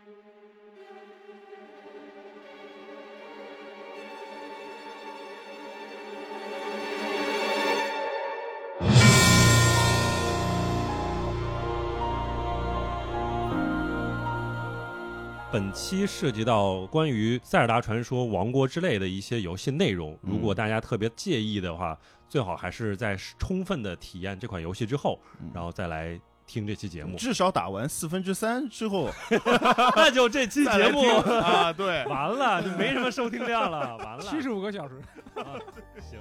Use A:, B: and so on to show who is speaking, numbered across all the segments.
A: 本期涉及到关于塞尔达传说王国之类的一些游戏内容，如果大家特别介意的话，最好还是在充分的体验这款游戏之后，然后再来听这期节目。
B: 至少打完3/4之后
A: 那就这期节目
B: 啊，对，
A: 完了就没什么收听量了，完了
C: 75个小时
A: 啊，行。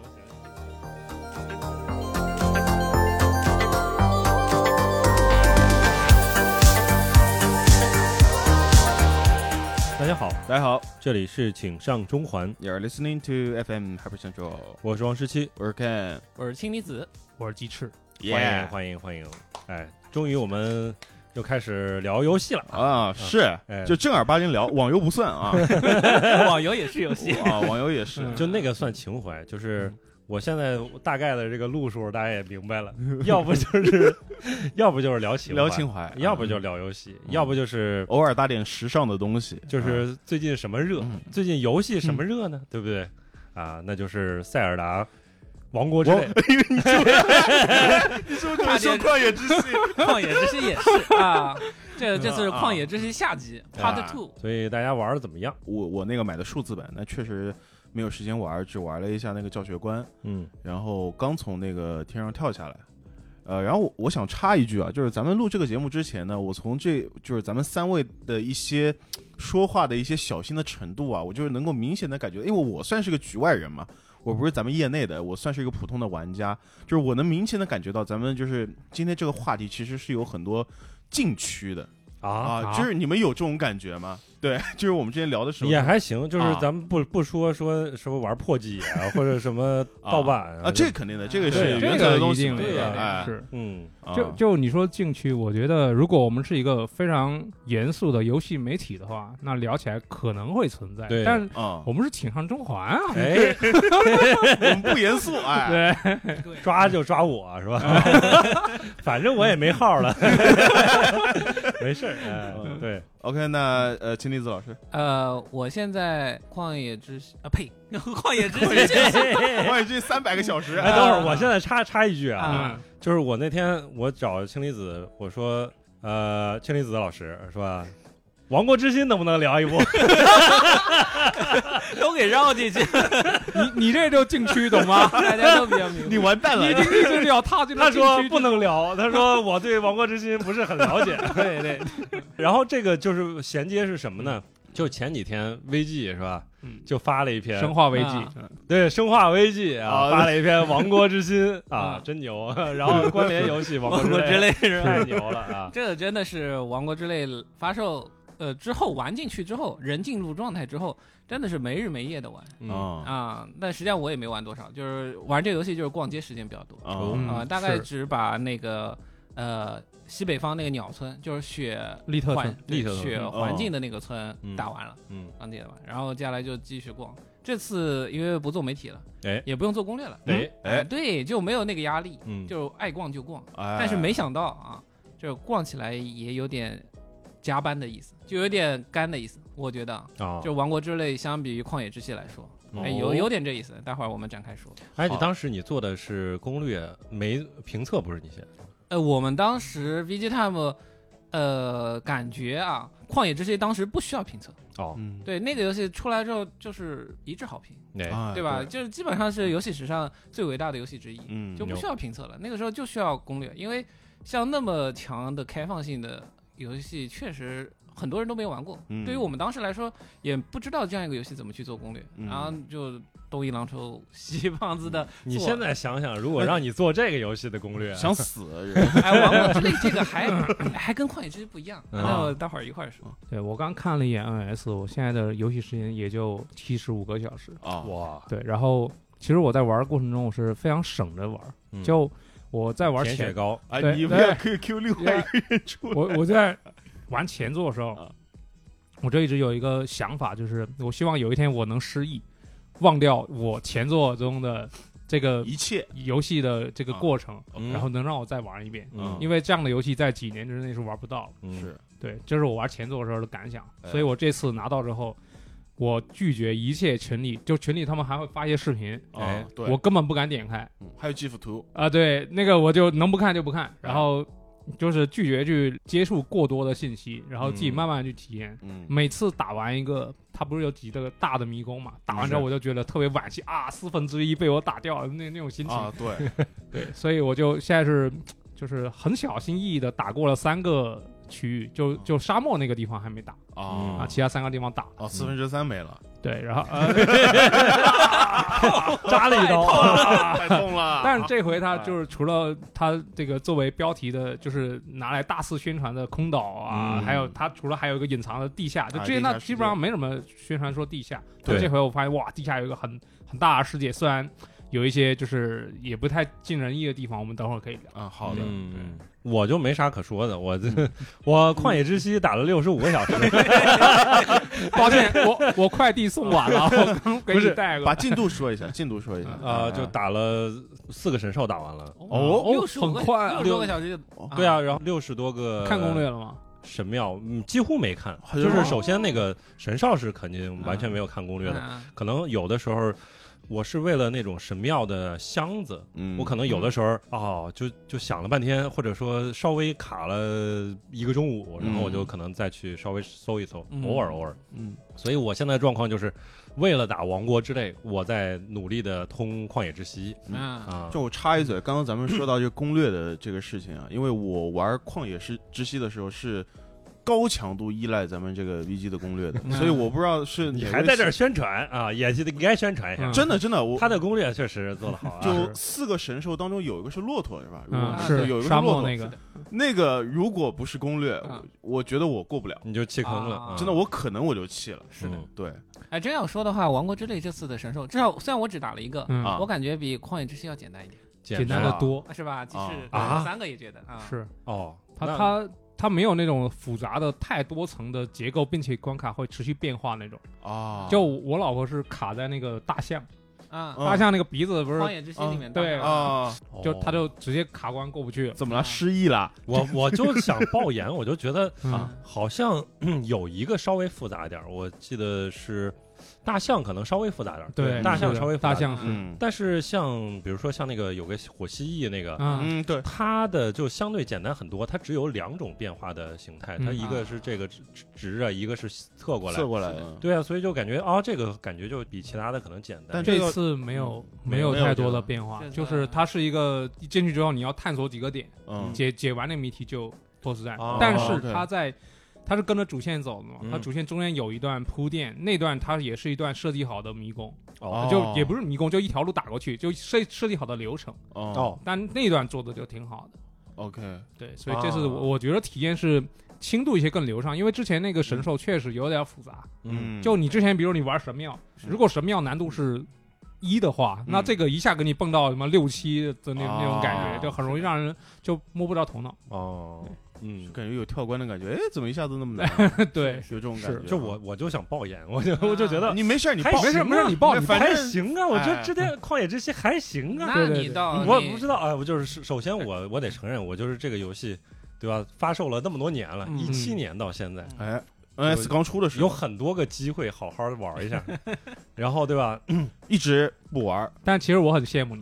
A: 大家好，
B: 大家好，
A: 这里是请上中环
B: ，You're listening to FM Hyper Central，
A: 我是王17，
B: 我是 Ken，
D: 我是氢离子，
C: 我是鸡翅，
A: 欢迎！哎，终于我们又开始聊游戏了
B: 啊！是，就正儿八经聊，网游不算啊，
D: 网游也是游戏
B: 啊，网游也是，
A: 就那个算情怀，就是我现在大概的这个路数大家也明白了，要不就是聊情怀，要不就聊游戏，要不就是
B: 偶尔搭点时尚的东西，
A: 就是最近什么热，最近游戏什么热呢？对不对？啊，那就是塞尔达王国之泪。
B: 你说旷野之息，
D: 旷野之息也是啊，这是旷野之息下集 Part 2，
A: 所以大家玩的怎么样？
B: 我那个买的数字版，那确实没有时间玩，只玩了一下那个教学关，然后刚从那个天上跳下来。然后我想插一句啊，就是咱们录这个节目之前呢，我从就是咱们3位的一些说话的一些小心的程度啊，我就是能够明显的感觉，因为我算是个局外人嘛，我不是咱们业内的，我算是一个普通的玩家，就是我能明显的感觉到咱们就是今天这个话题其实是有很多禁区的啊，就是你们有这种感觉吗？对，就是我们之前聊的时候
A: 也还行，就是咱们不说什么玩破解啊，或者什么盗版
B: 啊，这肯定的，这个是原则的东西，
C: 对
B: 呀，
C: 是，就你说禁区，我觉得如果我们是一个非常严肃的游戏媒体的话，那聊起来可能会存在，但是我们是请上中环啊，
B: 我们不严肃，哎，
A: 对，抓就抓我是吧？反正我也没号了，没事儿，对。
B: OK， 那秦离子老师，
D: 我现在旷野之息啊，呸，旷野之息
B: 300个小时。
A: 哎，等会儿，我现在插一句啊，就是我那天我找氢离子，我说氢离子老师是吧？王国之心能不能聊一部？
D: 都给绕进去，
C: 你这就禁区懂吗？
D: 大家都比较明白。
B: 你完蛋了，
C: 你一直要踏进。
A: 他说不能聊，他说我对王国之心不是很了解。对。然后这个就是衔接是什么呢？就前几天 VG 是吧？就发了一篇
C: 生化危机，
A: 对，生化危机啊，发了一篇王国之心啊，真牛。然后关联游戏王国之泪是太牛了啊！
D: 这个真的是王国之泪发售。之后玩进去之后，人进入状态之后，真的是没日没夜的玩但实际上我也没玩多少，就是玩这个游戏就是逛街时间比较多大概只把那个西北方那个鸟村，就是雪
C: 利特村
D: 雪环境的那个村打完了，刚接着玩，然后接下来就继续逛。这次因为不做媒体了，也不用做攻略了，对，就没有那个压力，就爱逛就逛。但是没想到啊，就逛起来也有点加班的意思，就有点干的意思，我觉得就王国之泪相比于旷野之息来说，有点这意思。待会儿我们展开说。
A: 你当时你做的是攻略，没评测不是你写的？
D: 我们当时 VGTime，感觉啊，旷野之息当时不需要评测。对，那个游戏出来之后就是一致好评，对吧？就是基本上是游戏史上最伟大的游戏之一，就不需要评测了。那个时候就需要攻略，因为像那么强的开放性的游戏确实很多人都没有玩过，对于我们当时来说也不知道这样一个游戏怎么去做攻略，然后就东一榔头西棒子的。
A: 你现在想想，如果让你做这个游戏的攻略，
B: 想死
D: 人！王国之泪这个还跟旷野之息不一样，那我待会儿一块说。
C: 对，我刚看了一眼 NS， 我现在的游戏时间也就75个小时
A: 哇！
C: 对，然后其实我在玩的过程中我是非常省着玩，就我在玩
A: 甜雪糕
B: 你不要 QQ 另外一个人出来。
C: 我在玩前作的时候，我就一直有一个想法，就是我希望有一天我能失忆，忘掉我前作中的这个
B: 一切
C: 游戏的这个过程，然后能让我再玩一遍，因为这样的游戏在几年之内是玩不到。
B: 是
C: 对，这是我玩前作的时候的感想。所以我这次拿到之后，我拒绝一切群里，就群里他们还会发一些视频，
B: 对，
C: 我根本不敢点开，
B: 还有 GIF 图
C: 啊，对，那个我就能不看就不看，然后就是拒绝去接触过多的信息，然后自己慢慢去体验。每次打完一个，它不是有几个大的迷宫嘛？打完之后我就觉得特别惋惜啊，1/4被我打掉了，那种心情
B: 啊，对
C: 对，所以我就现在就是很小心翼翼的打过了3个区域，就沙漠那个地方还没打啊，其他3个地方打了
B: 3/4没了。
C: 对，然后
A: 扎了一刀，
B: 太痛了。
C: 但是这回他就是除了他这个作为标题的，就是拿来大肆宣传的空岛啊，还有他除了还有一个隐藏的地下，就之前他基本上没什么宣传说地下。对，这回我发现哇，地下有一个很大的世界，虽然有一些就是也不太尽人意的地方，我们等会儿可以聊
B: 啊。好的，
A: 我就没啥可说的，我旷野之息打了65个小时，
C: 抱歉，我快递送晚了，我刚给你带过。
B: 把进度说一下，
A: 就打了4个神兽打完了。
C: 很快
D: ，60多个小时就。
A: 对啊，然后60多个。
C: 看攻略了吗？
A: 神庙几乎没看，就是首先那个神少是肯定完全没有看攻略的，可能有的时候。我是为了那种神庙的箱子，我可能有的时候就想了半天，或者说稍微卡了1个中午，然后我就可能再去稍微搜一搜，偶尔，所以我现在状况就是为了打王国之泪，我在努力的通旷野之息
B: 就我插一嘴，刚刚咱们说到这个攻略的这个事情啊，因为我玩旷野之息的时候是。高强度依赖咱们这个 VG 的攻略的，所以我不知道是
A: 你还在这儿宣传啊，也应该宣传一下。
B: 真的，
A: 他的攻略确实做得好啊。
B: 就4个神兽当中有一个是骆驼是吧？
C: 是
B: 有一个
C: 沙漠
B: 那个如果不是攻略，我觉得我过不了，
A: 你就弃坑了。
B: 真的，我可能我就弃了。
D: 是的，
B: 对。
D: 哎，真要说的话，王国之泪这次的神兽，至少虽然我只打了1个，我感觉比旷野之息要简单一点，
C: 简单的多，
D: 是吧？即使3个也觉得
C: 是
D: 它
C: 没有那种复杂的太多层的结构，并且关卡会持续变化那种就我老婆是卡在那个大象大象那个鼻子不是
D: 荒野之息里面
C: 对就他就直接卡关过不去，
B: 怎么了？失忆了？
A: 我就想爆言，我就觉得好像有一个稍微复杂一点，我记得是。大象可能稍微复杂点，
C: 对，
A: 大象稍微复杂点，但是比如说像那个有个火蜥蜴那个，
B: 对，
A: 它的就相对简单很多，它只有2种变化的形态，它一个是这个直着，一个是侧过来，对啊，所以就感觉这个感觉就比其他的可能简单，
C: 但这次没有太多的变化，就是它是一个一进去之后你要探索几个点，解完那谜题就BOSS战，但是它是跟着主线走的嘛，它主线中间有一段铺垫，那段它也是一段设计好的迷宫，就也不是迷宫，就一条路打过去，就设计好的流程，但那段做的就挺好的。
B: OK，
C: 对，所以这次我觉得体验是轻度一些更流畅，因为之前那个神兽确实有点复杂，就你之前比如你玩神庙，如果神庙难度是1的话，那这个一下给你蹦到什么6、7的那种感觉，就很容易让人就摸不着头脑。
B: 感觉有跳关的感觉，哎，怎么一下子那么难？
C: 对，
B: 有这种感觉。
A: 就我就想爆言，我就觉得
B: 你没事，你
C: 没事，你爆，
A: 还行啊。我觉得这边旷野之息还行啊。
D: 那你倒，
A: 我不知道啊。我就是首先我得承认，我就是这个游戏，对吧？发售了那么多年了，17年到现在，
B: 哎。NS 刚出的时候
A: 有很多个机会好好玩一下，然后对吧，
B: 一直不玩，
C: 但其实我很羡慕你。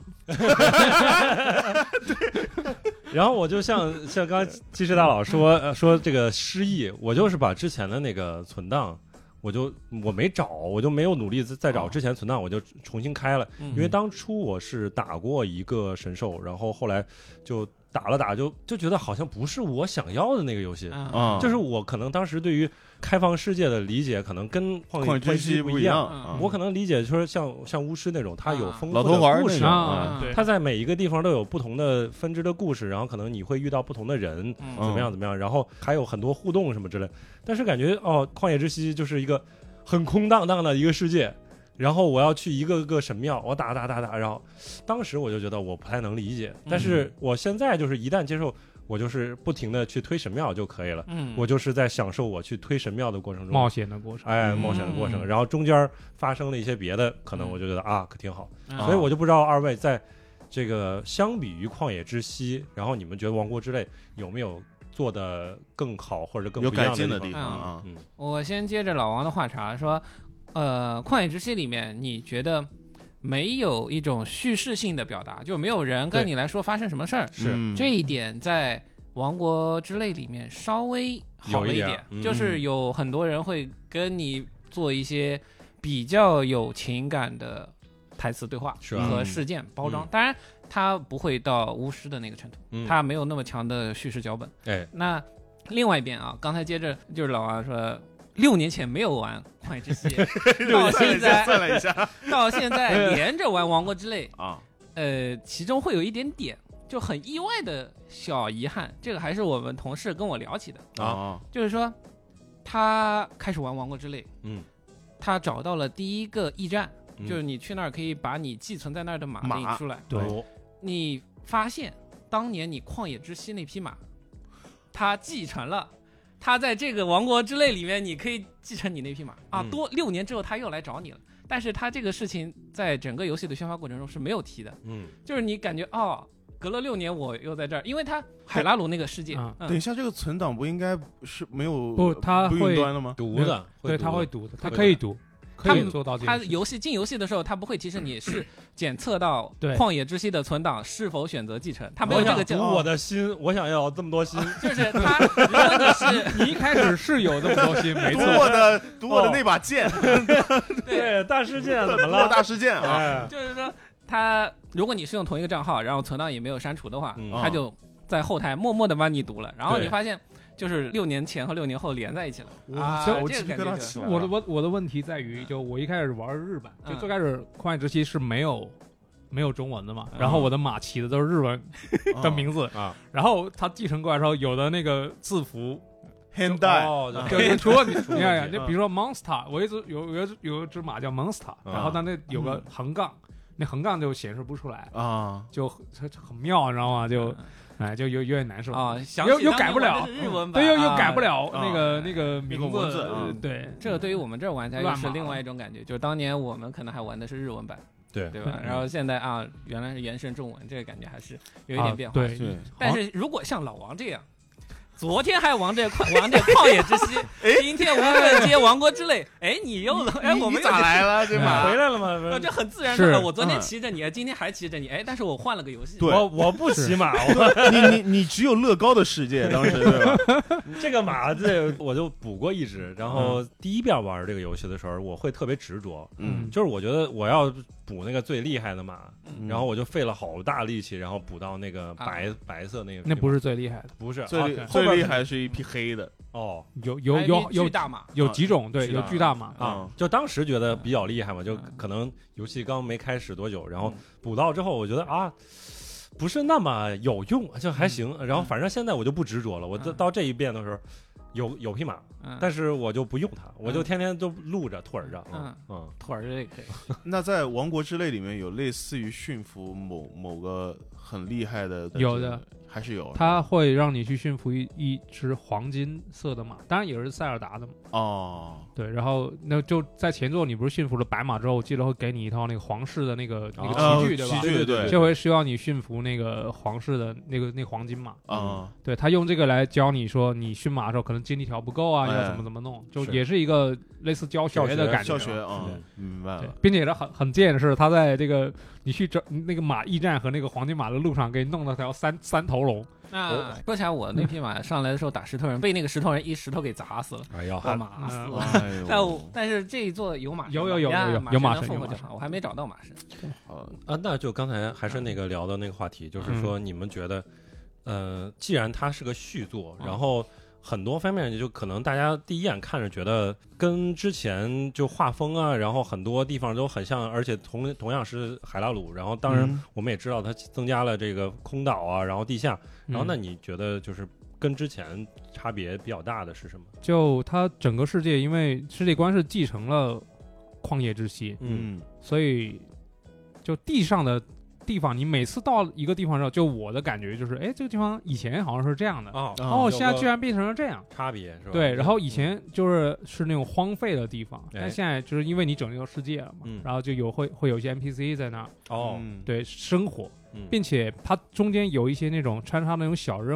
A: 然后我就像刚刚技师大佬说这个失忆，我就是把之前的那个存档，我没找，我就没有努力再找之前存档，我就重新开了，因为当初我是打过一个神兽，然后后来就打了就觉得好像不是我想要的那个游戏，就是我可能当时对于开放世界的理解可能跟旷野之息不一样，我可能理解说像巫师那种，它有丰富的故事，它在每一个地方都有不同的分支的故事，然后可能你会遇到不同的人，怎么样，然后还有很多互动什么之类，但是感觉旷野之息就是一个很空荡荡的一个世界。然后我要去一个个神庙，我打，然后当时我就觉得我不太能理解，但是我现在就是一旦接受，我就是不停的去推神庙就可以了，我就是在享受我去推神庙的过程中
C: 冒险的过程，
A: 冒险的过程，然后中间发生了一些别的，可能我就觉得可挺好，所以我就不知道二位在这个相比于旷野之息，然后你们觉得王国之泪有没有做的更好或者更
B: 有
A: 不一样
B: 改进的
A: 地
B: 方啊。
D: 我先接着老王的话茬说，旷野之息里面你觉得没有一种叙事性的表达，就没有人跟你来说发生什么事儿，
A: 是
D: 这一点在王国之泪里面稍微好了一点，就是有很多人会跟你做一些比较有情感的台词对话和事件包装，当然它不会到巫师的那个程度，它没有那么强的叙事脚本。那另外一边啊，刚才接着就是老王说，6年前没有玩旷野之息，到现在
B: 算了一下，
D: 到现在连着玩王国之泪啊，其中会有一点点就很意外的小遗憾，这个还是我们同事跟我聊起的啊，就是说他开始玩王国之泪，他找到了第一个驿站。就是你去那儿可以把你寄存在那儿的马领出来，
C: 对，
D: 你发现当年你旷野之息那匹马，它继承了，它在这个王国之泪里面，你可以继承你那匹马啊。多6年之后，他又来找你了，但是他这个事情在整个游戏的宣发过程中是没有提的，就是你感觉隔了6年我又在这儿，因为它海拉鲁那个世界。
B: 等一下，这个存档不应该是没有
C: 它会
B: 云端了吗？
A: 读的，
C: 对，它会读的，它可以读。可以做到这个。
D: 他进游戏的时候，他不会提示你是检测到旷野之息的存档是否选择继承，他没有这个
A: 读我的心，我想要这么多心。
D: 就是他，如果
C: 你一开始是有这么多心，没错。
B: 读我的那把剑，
A: 对，大事件怎么了？
B: 大事件啊，
D: 就是说他，如果你是用同一个账号，然后存档也没有删除的话，他就在后台默默的帮你读了，然后你发现。就是6年前和6年后连在一起了啊！这个感觉
C: 我的问题在于，就我一开始玩日版，就最开始旷野之息是没有中文的嘛，然后我的马骑的都是日文的名字啊，然后他继承过来的时候，有的那个字符
B: 现代，
C: 就除了你看，就比如说 Monster， 我有一只马叫 Monster， 然后它那有个横杠，那横杠就显示不出来啊，就很妙，你知道吗？就有点难受
D: 啊，
C: 又改不了
D: 日文版，
C: 对，又改不了那个名字，对，
D: 这个对于我们这玩家又是另外一种感觉，就是当年我们可能还玩的是日文版，
A: 对
D: 吧？然后现在原来是原生中文，这个感觉还是有一点变化。
C: 对，
D: 但是如果像老王这样。昨天还玩这旷野之息，今天无论接王国之泪，你又了，我们
B: 咋来了？这马
A: 回来了吗？
D: 这很自然的。我昨天骑着你，今天还骑着你，但是我换了个游戏。
B: 对，
A: 我不骑马，
B: 你只有乐高的世界，当时对吧？
A: 这个马，我就补过一只，然后第一遍玩这个游戏的时候，我会特别执着，就是我觉得我要补那个最厉害的马，然后我就费了好大力气，然后补到那个白色那个。
C: 那不是最厉害的，
A: 不是
B: 最厉害是一匹黑的
C: 有
D: 巨大马，
C: 有几种对，有巨大马
A: 啊。就当时觉得比较厉害嘛，就可能游戏刚没开始多久，然后补到之后，我觉得不是那么有用，就还行。然后反正现在我就不执着了，我到这一遍的时候。有匹马，但是我就不用它，我就天天都撸着腿着，
D: 腿着也可以。
B: 那在王国之泪里面有类似于驯服某个很厉害的，
C: 有的
B: 还是有，
C: 它会让你去驯服一只黄金色的马，当然也是塞尔达的嘛。对，然后那就在前作你不是驯服了白马之后，我记得会给你一套那个皇室的那个器具，对吧？
B: 器具对，
C: 这回需要你驯服那个皇室的那个黄金马对，他用这个来教你说你驯马的时候可能精力条不够啊，要怎么弄，就也是一个类似教学的感觉。
B: 教学明白了。
C: 并且很贱的是，他在这个你去找那个马驿站和那个黄金马的路上，给你弄了条三头龙。
D: 说起来，我那匹马上来的时候打石头人，被那个石头人一石头给砸死了，马死了。但是这一座有马，
C: 有
D: 马
C: 神，
D: 我还没找到马神。
A: 那就刚才还是那个聊的那个话题，就是说你们觉得，既然它是个续作，然后很多方面就可能大家第一眼看着觉得跟之前就画风啊，然后很多地方都很像，而且同样是海拉鲁，然后当然我们也知道它增加了这个空岛啊，然后地下，然后那你觉得就是跟之前差别比较大的是什么？
C: 就它整个世界，因为世界观是继承了旷野之息，所以就地上的地方，你每次到一个地方之后，就我的感觉就是，这个地方以前好像是这样的，现在居然变成了这样，
A: 差别是吧？
C: 对，然后以前是那种荒废的地方，但现在就是因为你整个世界了嘛，然后就会有一些 NPC 在那对生活，并且它中间有一些那种穿插那种小任务，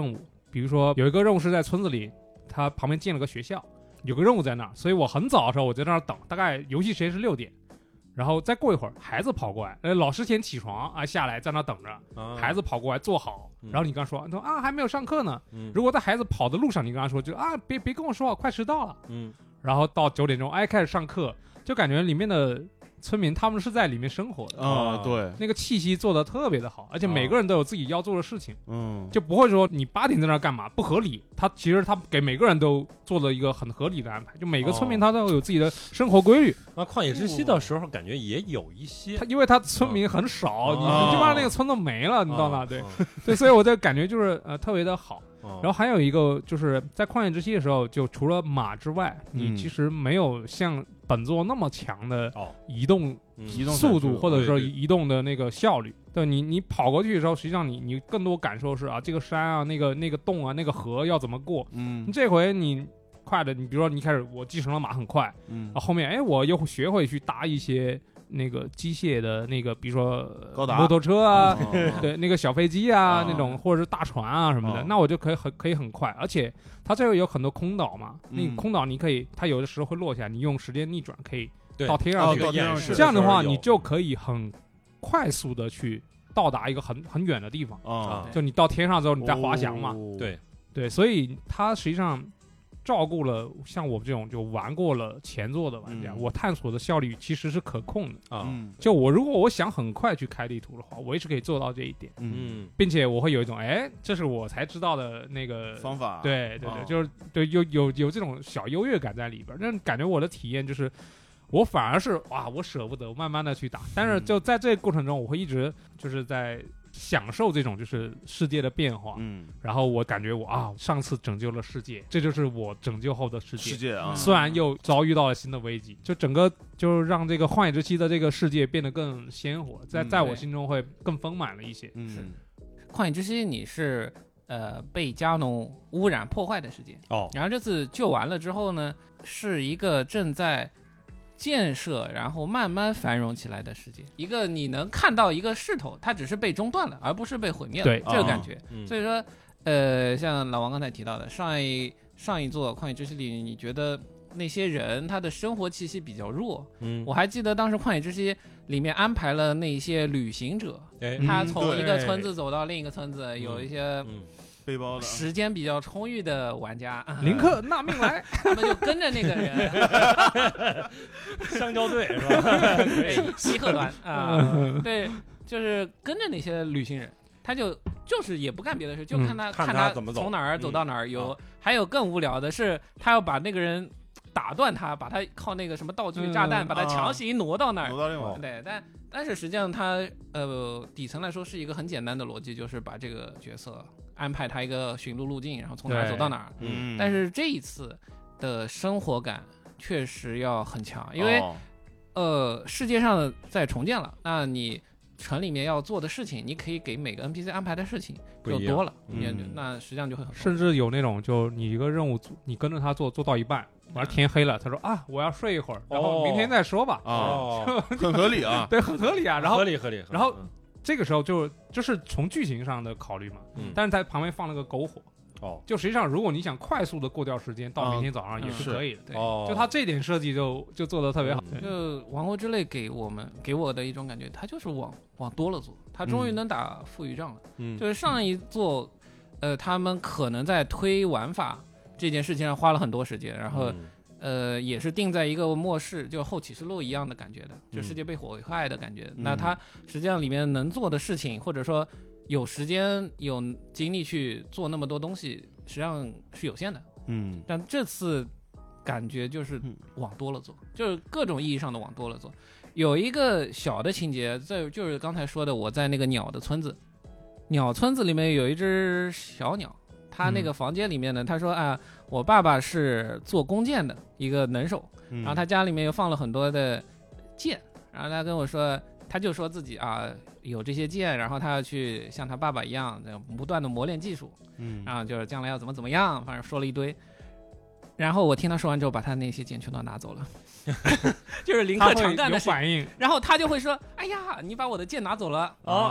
C: 比如说有一个任务是在村子里，它旁边建了个学校，有个任务在那儿，所以我很早的时候我在那儿等，大概游戏时间是6点。然后再过一会儿，孩子跑过来，老师先起床啊，下来在那等着，孩子跑过来坐好，然后你跟他说啊还没有上课呢。如果在孩子跑的路上，你跟他说就啊别跟我说，快迟到了。然后到9点钟，开始上课，就感觉里面的村民他们是在里面生活的
B: 对，
C: 那个气息做的特别的好，而且每个人都有自己要做的事情，就不会说你8点在那干嘛不合理，其实他给每个人都做了一个很合理的安排，就每个村民他都有自己的生活规律。
A: 那旷野之息的时候感觉也有一些，
C: 因为他村民很少，你就把那个村子没了，你知道吗？对，所以我就感觉就是特别的好。然后还有一个就是在旷野之息的时候，就除了马之外，你其实没有像本作那么强的移动速度，或者说移动的那个效率。对，你跑过去的时候，实际上你更多感受是这个山啊，那个洞啊，那个河要怎么过。这回你快的，你比如说你开始我继承了马很快，后面我又学会去搭一些那个机械的那个，比如说摩托车啊，对，那个小飞机啊，那种或者是大船啊什么的，那我就可以很快。而且它这有很多空岛嘛，那个空岛你可以，它有的时候会落下来，你用时间逆转可以到天上去，这样的话你就可以很快速的去到达一个很远的地方就你到天上之后你再滑翔嘛，对，所以它实际上照顾了像我这种就玩过了前作的玩家，我探索的效率其实是可控的就如果我想很快去开地图的话，我也是可以做到这一点并且我会有一种这是我才知道的那个
B: 方法，
C: 对，就是对有这种小优越感在里边，但感觉我的体验就是我反而是我舍不得慢慢的去打，但是就在这个过程中我会一直就是在享受这种就是世界的变化然后我感觉上次拯救了世界，这就是我拯救后的世界虽然又遭遇到了新的危机，就整个就让这个旷野之息的这个世界变得更鲜活，在我心中会更丰满了一些
D: 旷野之息你是被加农污染破坏的世界然后这次救完了之后呢，是一个正在建设然后慢慢繁荣起来的世界，一个你能看到一个势头，它只是被中断了而不是被毁灭了，
C: 对
D: 这个感觉所以说像老王刚才提到的上一座旷野之息里，你觉得那些人他的生活气息比较弱我还记得当时旷野之息里面安排了那些旅行者他从一个村子走到另一个村子有一些
B: 背包的
D: 时间比较充裕的玩家
C: 林克纳命来
D: 他们就跟着那个人
A: 香蕉队是吧
D: 对西鹤团对，就是跟着那些旅行人，他就是也不干别的事，就看他
A: 怎么走，
D: 从哪儿走到哪儿还有更无聊的是他要把那个人打断他，把他靠那个什么道具炸弹把他强行挪到那儿对，但是实际上他底层来说是一个很简单的逻辑，就是把这个角色安排他一个寻路路径，然后从哪儿走到哪儿但是这一次的生活感确实要很强，因为世界上在重建了，那你城里面要做的事情，你可以给每个 NPC 安排的事情就多了那实际上就会很
C: 甚至有那种就你一个任务你跟着他做到一半完了天黑了，他说我要睡一会儿然后明天再说吧
B: 很合理
C: 对，很合理然后
A: 合理
C: 然后这个时候就是从剧情上的考虑嘛但是在旁边放了个篝火就实际上如果你想快速的过掉时间到明天早上也是可以的对就他这点设计就做得特别好
D: 就王国之泪给我的一种感觉，他就是往多了做，他终于能打负隅仗了就是上一座他们可能在推玩法这件事情上花了很多时间，然后也是定在一个末世就后启示录一样的感觉的，就世界被毁坏的感觉那他实际上里面能做的事情或者说有时间有精力去做那么多东西实际上是有限的但这次感觉就是往多了做就是各种意义上的往多了做有一个小的情节就是刚才说的，我在那个鸟的村子里面有一只小鸟，他那个房间里面呢他说我爸爸是做弓箭的一个能手然后他家里面又放了很多的剑然后他跟我说他就说自己有这些剑，然后他要去像他爸爸一样不断的磨练技术然后就是将来要怎么样，反正说了一堆然后我听他说完之后把他那些剑全都拿走了就是林克常干的反应然后他就会说哎呀你把我的剑拿走了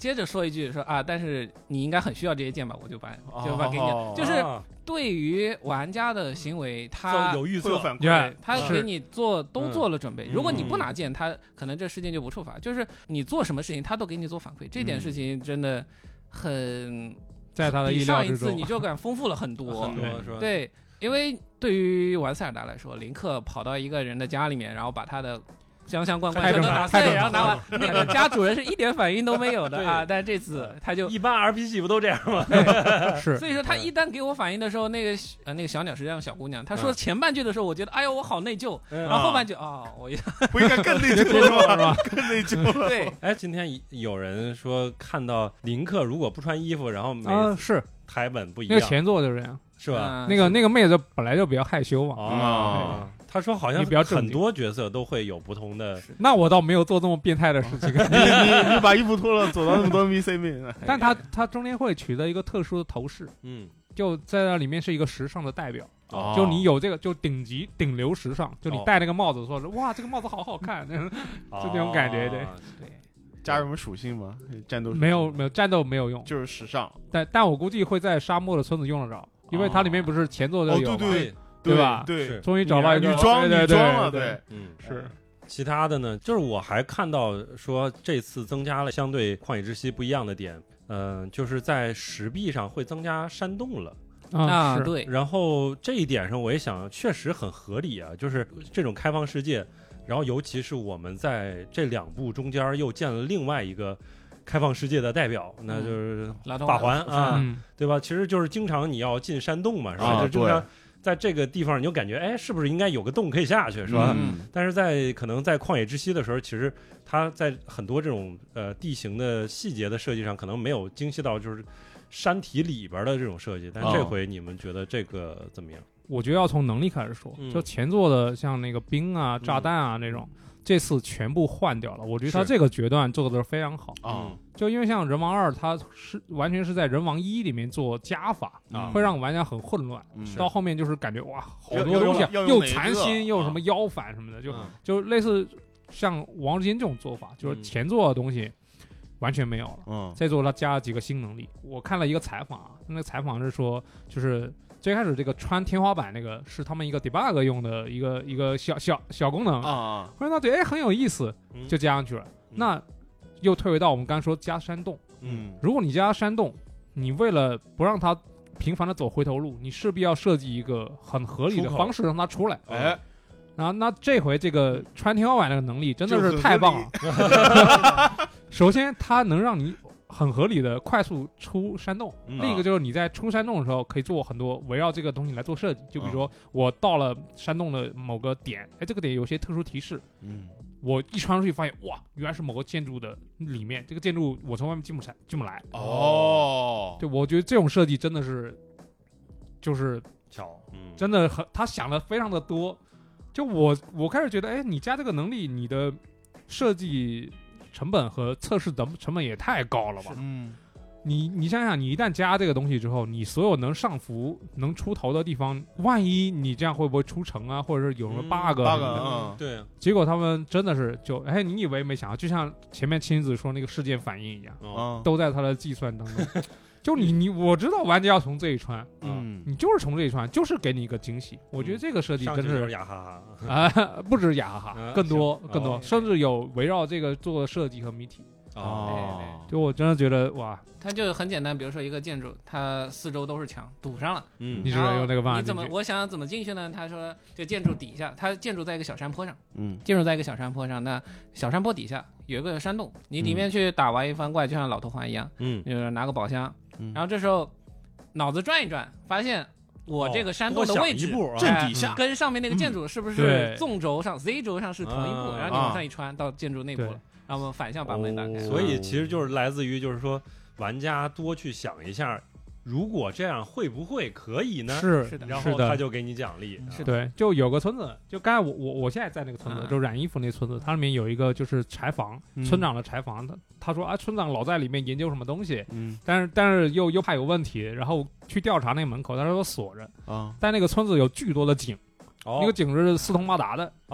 D: 接着说一句说啊，但是你应该很需要这些剑吧，我就把给你，就是对于玩家的行为，他
A: 有预测
B: 反馈，
D: 他给你都做了准备。如果你不拿剑，他可能这事件就不触发。就是你做什么事情，他都给你做反馈，这点事情真的很
C: 在他的意料之中。
D: 比上一次你就感丰富了很多，
A: 很多是吧？
D: 对，因为对于玩塞尔达来说，林克跑到一个人的家里面，然后把他的罐全都拿碎，然后拿完那个家主人是一点反应都没有的啊！但这次他就
A: 一般 RPG 不都这样吗？
C: 是，
D: 所以说他一旦给我反应的时候，那个小鸟实际上小姑娘，她说前半句的时候，我觉得哎呦我好内疚，然后后半句我
B: 不应该更内疚是吧？更内疚。
D: 对，
A: 哎，今天有人说看到林克如果不穿衣服，然后
C: 是
A: 台本不一样，
C: 那个前作就是这样，
A: 是吧？
C: 那个妹子本来就比较害羞嘛。
A: 他说好像很多角色都会有不同的，
C: 那我倒没有做这么变态的事情。
B: 你把衣服脱了，走到那么多 NPC 面，
C: 但他中间会取得一个特殊的头饰，就在那里面是一个时尚的代表。就你有这个，就顶流时尚，就你戴那个帽子，说是哇，这个帽子好好看，就那种感觉，对。
B: 加什么属性吗？战斗
C: 没有战斗没有用，
B: 就是时尚。
C: 但我估计会在沙漠的村子用得着，因为它里面不是前作就有吗？对吧？
B: 对，
C: 终于找到一个
B: 女装了，
C: 对，是。
A: 其他的呢，就是我还看到说这次增加了相对旷野之息不一样的点，就是在石壁上会增加山洞了。
D: 对。
A: 然后这一点上我也想，确实很合理啊，就是这种开放世界，然后尤其是我们在这2部中间又建了另外一个开放世界的代表，那就是法环啊，对吧？其实就是经常你要进山洞嘛，是吧？就经常在这个地方你就感觉，哎，是不是应该有个洞可以下去，是吧？但是可能在旷野之息的时候，其实它在很多这种地形的细节的设计上，可能没有精细到就是山体里边的这种设计。但这回你们觉得这个怎么样？
C: 我觉得要从能力开始说，就前作的像那个兵啊、炸弹啊那种。这次全部换掉了，我觉得他这个决断做的非常好就因为像人王2，它是完全是在人王1里面做加法会让玩家很混乱到后面就是感觉哇，好多东西又残心又什么腰反什么的，就类似像王之间这种做法，就是前作的东西完全没有了。这作他加了几个新能力，我看了一个采访那个采访是说，就是最开始这个穿天花板那个是他们一个 debug 用的一个小功能后来那对很有意思，就加上去了。那又退回到我们刚才说加山洞，如果你加山洞，你为了不让它频繁的走回头路，你势必要设计一个很合理的方式让它出来。然后那这回这个穿天花板那个能力真的是太棒了。首先它能让你很合理的快速出山洞，另一个就是你在出山洞的时候可以做很多围绕这个东西来做设计，就比如说我到了山洞的某个点，这个点有些特殊提示，我一穿出去发现哇，原来是某个建筑的里面，这个建筑我从外面进不来。对，我觉得这种设计真的是就是
A: 巧，
C: 真的他想的非常的多。就我开始觉得，哎，你加这个能力，你的设计成本和测试的成本也太高了吧？你想想，你一旦加这个东西之后，你所有能上浮、能出头的地方，万一你这样会不会出城啊，或者是有什么 bug？
A: 对。
C: 结果他们真的是你以为没想到，就像前面亲子说那个事件反应一样，都在他的计算当中。就我知道玩家要从这一穿，你就是从这一穿，就是给你一个惊喜。我觉得这个设计真是
A: 雅哈哈
C: 不止雅哈哈，更多，甚至有围绕这个做设计和谜题。就我真的觉得哇，
D: 它就很简单，比如说一个建筑，它4周都是墙堵上了，
C: 你只能用那个办法。
D: 我想怎么进去呢？他说这建筑底下，它建筑在一个小山坡上，建筑在一个小山坡上，那小山坡底下有一个山洞，你里面去打完一番怪，就像老头环一样，就是拿个宝箱，然后这时候脑子转一转，发现我这个山洞的位置
B: 正底下
D: 跟上面那个建筑是不是纵轴上 Z 轴上是同一步，然后你往上一穿到建筑内部了。然后我们反向把门打开，
A: 所以其实就是来自于就是说玩家多去想一下，如果这样会不会可以呢？
C: 是
D: 的，
A: 然后他就给你奖励。
C: 对，就有个村子，就刚才我现在在那个村子，就染衣服那村子，它里面有一个就是柴房，村长的柴房，他说村长老在里面研究什么东西，但是又怕有问题，然后去调查那个门口，他说锁着但那个村子有巨多的井，那个井是四通八达的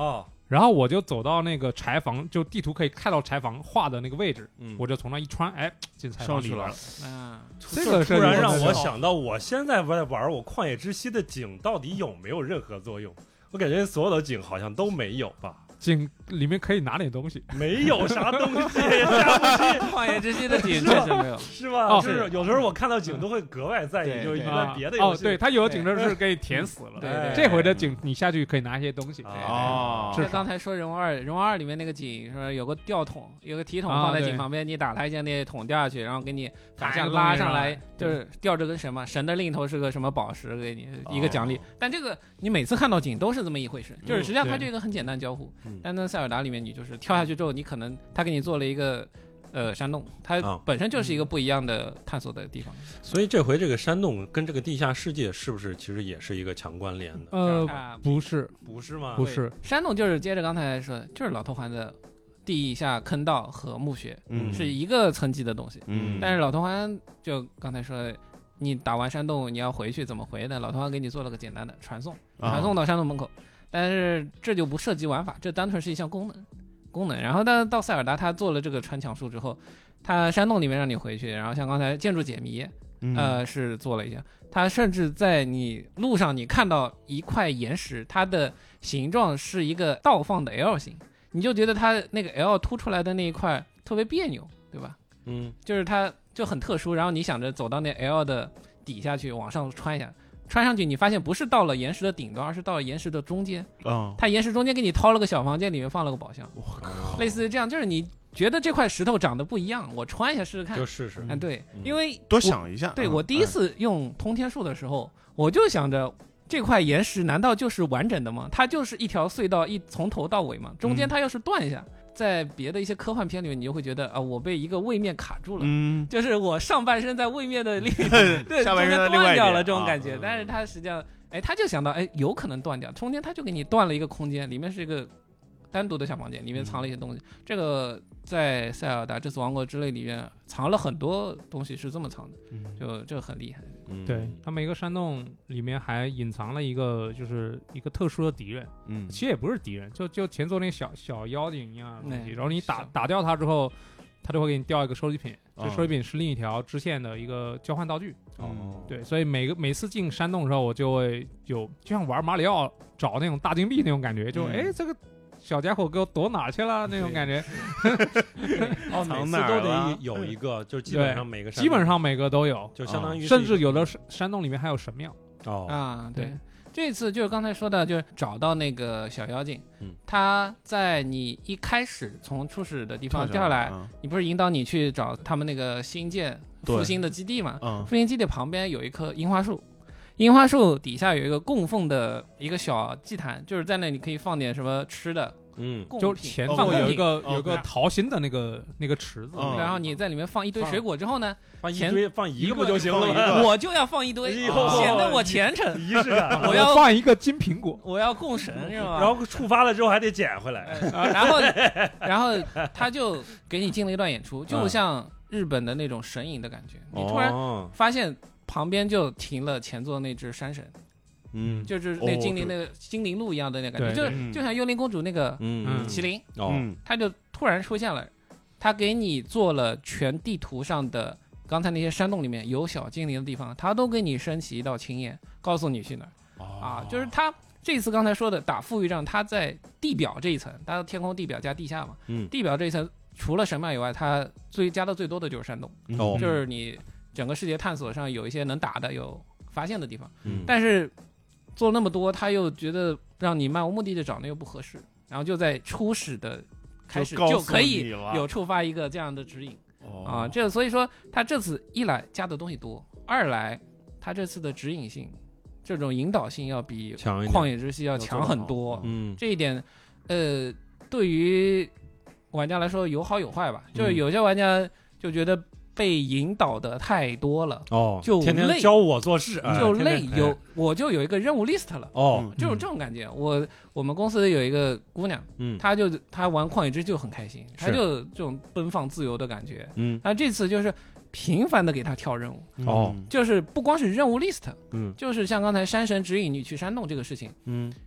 C: 然后我就走到那个柴房，就地图可以看到柴房画的那个位置，我就从那一穿，哎，进柴房里了。这个
A: 突然让我想到，我现在在玩我旷野之息的井到底有没有任何作用？我感觉所有的井好像都没有吧。
C: 井里面可以拿点东西，
A: 没有啥东西，下不去。
D: 旷野之息的井确实没有，
A: 是吧？就是有时候我看到井都会格外在意，就是一般别的游戏。
C: 对，它有的井是给你填死了。
D: 对，
C: 这回的井你下去可以拿一些东西。
D: 哦，就刚才说人物二里面那个井，说有个吊桶，有个提桶放在井旁边，你打它一下，那桶掉下去，然后给你反向拉上来，就是吊着根绳嘛，绳的另一头是个什么宝石，给你一个奖励。但这个你每次看到井都是这么一回事，就是实际上它就一个很简单交互，但在塞尔达里面，你就是跳下去之后，你可能他给你做了一个山洞，它本身就是一个不一样的探索的地方。
A: 所以这回这个山洞跟这个地下世界是不是其实也是一个强关联的？
C: 不是
A: 吗？
C: 不是，
D: 山洞就是接着刚才说，就是老头环的地下坑道和墓穴，是一个层级的东西。但是老头环就刚才说，你打完山洞你要回去怎么回呢？老头环给你做了个简单的传送到山洞门口。但是这就不涉及玩法，这单纯是一项功能。然后到塞尔达，他做了这个穿墙术之后，他山洞里面让你回去，然后像刚才建筑解谜，是做了一下。他甚至在你路上你看到一块岩石，它的形状是一个倒放的 L 型，你就觉得它那个 L 凸出来的那一块特别别扭，对吧？就是它就很特殊。然后你想着走到那 L 的底下去往上穿一下。穿上去，你发现不是到了岩石的顶端，而是到了岩石的中间。它岩石中间给你掏了个小房间，里面放了个宝箱。类似于这样，就是你觉得这块石头长得不一样，我穿一下试试看。
A: 就试试。
D: 对，因为
B: 多想一下。
D: 对，我第一次用通天术的时候，我就想着这块岩石难道就是完整的吗？它就是一条隧道，从头到尾嘛，中间它要是断一下。在别的一些科幻片里面，你就会觉得我被一个位面卡住了，就是我上半身在位面的另一对
B: 下半身
D: 断掉了这种感觉。但是它实际上，他就想到，有可能断掉，中间他就给你断了一个空间，里面是一个单独的小房间，里面藏了一些东西。这个在塞尔达这次王国之泪里面藏了很多东西，是这么藏的，就这个很厉害。
C: 对，它每个山洞里面还隐藏了一个，就是一个特殊的敌人。其实也不是敌人，就前作那小妖精一样的东西。然后你打掉它之后，它就会给你掉一个收集品。这收集品是另一条支线的一个交换道具。对，所以每次进山洞的时候，我就会就像玩马里奥找那种大金币那种感觉，就这个小家伙给我躲哪去了那种感觉。
A: 每次都得有一个，就基本上每个
C: 都有，
A: 就相当于
C: 甚至有的山洞里面还有神庙。
D: 对，这次就是刚才说的，就是找到那个小妖精，他在你一开始从初始的地方掉下来，你不是引导你去找他们那个新建复兴的基地嘛？复兴基地旁边有一棵樱花树。樱花树底下有一个供奉的一个小祭坛，就是在那里可以放点什么吃的，
C: 就前方有一个桃心的那个池子，
D: 然后你在里面放一堆水果之后呢，
A: 放一个不就行了吗？
D: 我就要放一堆，显得我虔诚，
A: 仪式感。
C: 我要放一个金苹果，
D: 我要供神是吧？
A: 然后触发了之后还得捡回来，
D: 然后他就给你进了一段演出，就像日本的那种神隐的感觉，你突然发现。旁边就停了前座那只山神，就是那精灵那个精灵鹿一样的那感觉，就像幽灵公主那个麒麟，他就突然出现了，他给你做了全地图上的刚才那些山洞里面有小精灵的地方，他都给你升起一道青焰，告诉你去哪儿。就是他这次刚才说的打富裕战，他在地表这一层，大家天空地表加地下嘛，地表这一层除了神庙以外，他加的最多的就是山洞，就是你。整个世界探索上有一些能打的、有发现的地方，但是做那么多，他又觉得让你漫无目的的找那又不合适，然后就在初始的开始就可以有触发一个这样的指引所以说他这次一来加的东西多，二来他这次的指引性、这种引导性要比旷野之息要强很多。这一点对于玩家来说有好有坏吧，就是有些玩家就觉得。被引导的太多了就
A: 天天教我做事
D: 就累，我就有一个任务 list 了就是这种感觉。我们公司有一个姑娘，她玩旷野之息就很开心，她就这种奔放自由的感觉。她这次就是频繁的给她跳任务就是不光是任务 list，就是像刚才山神指引你去山洞这个事情，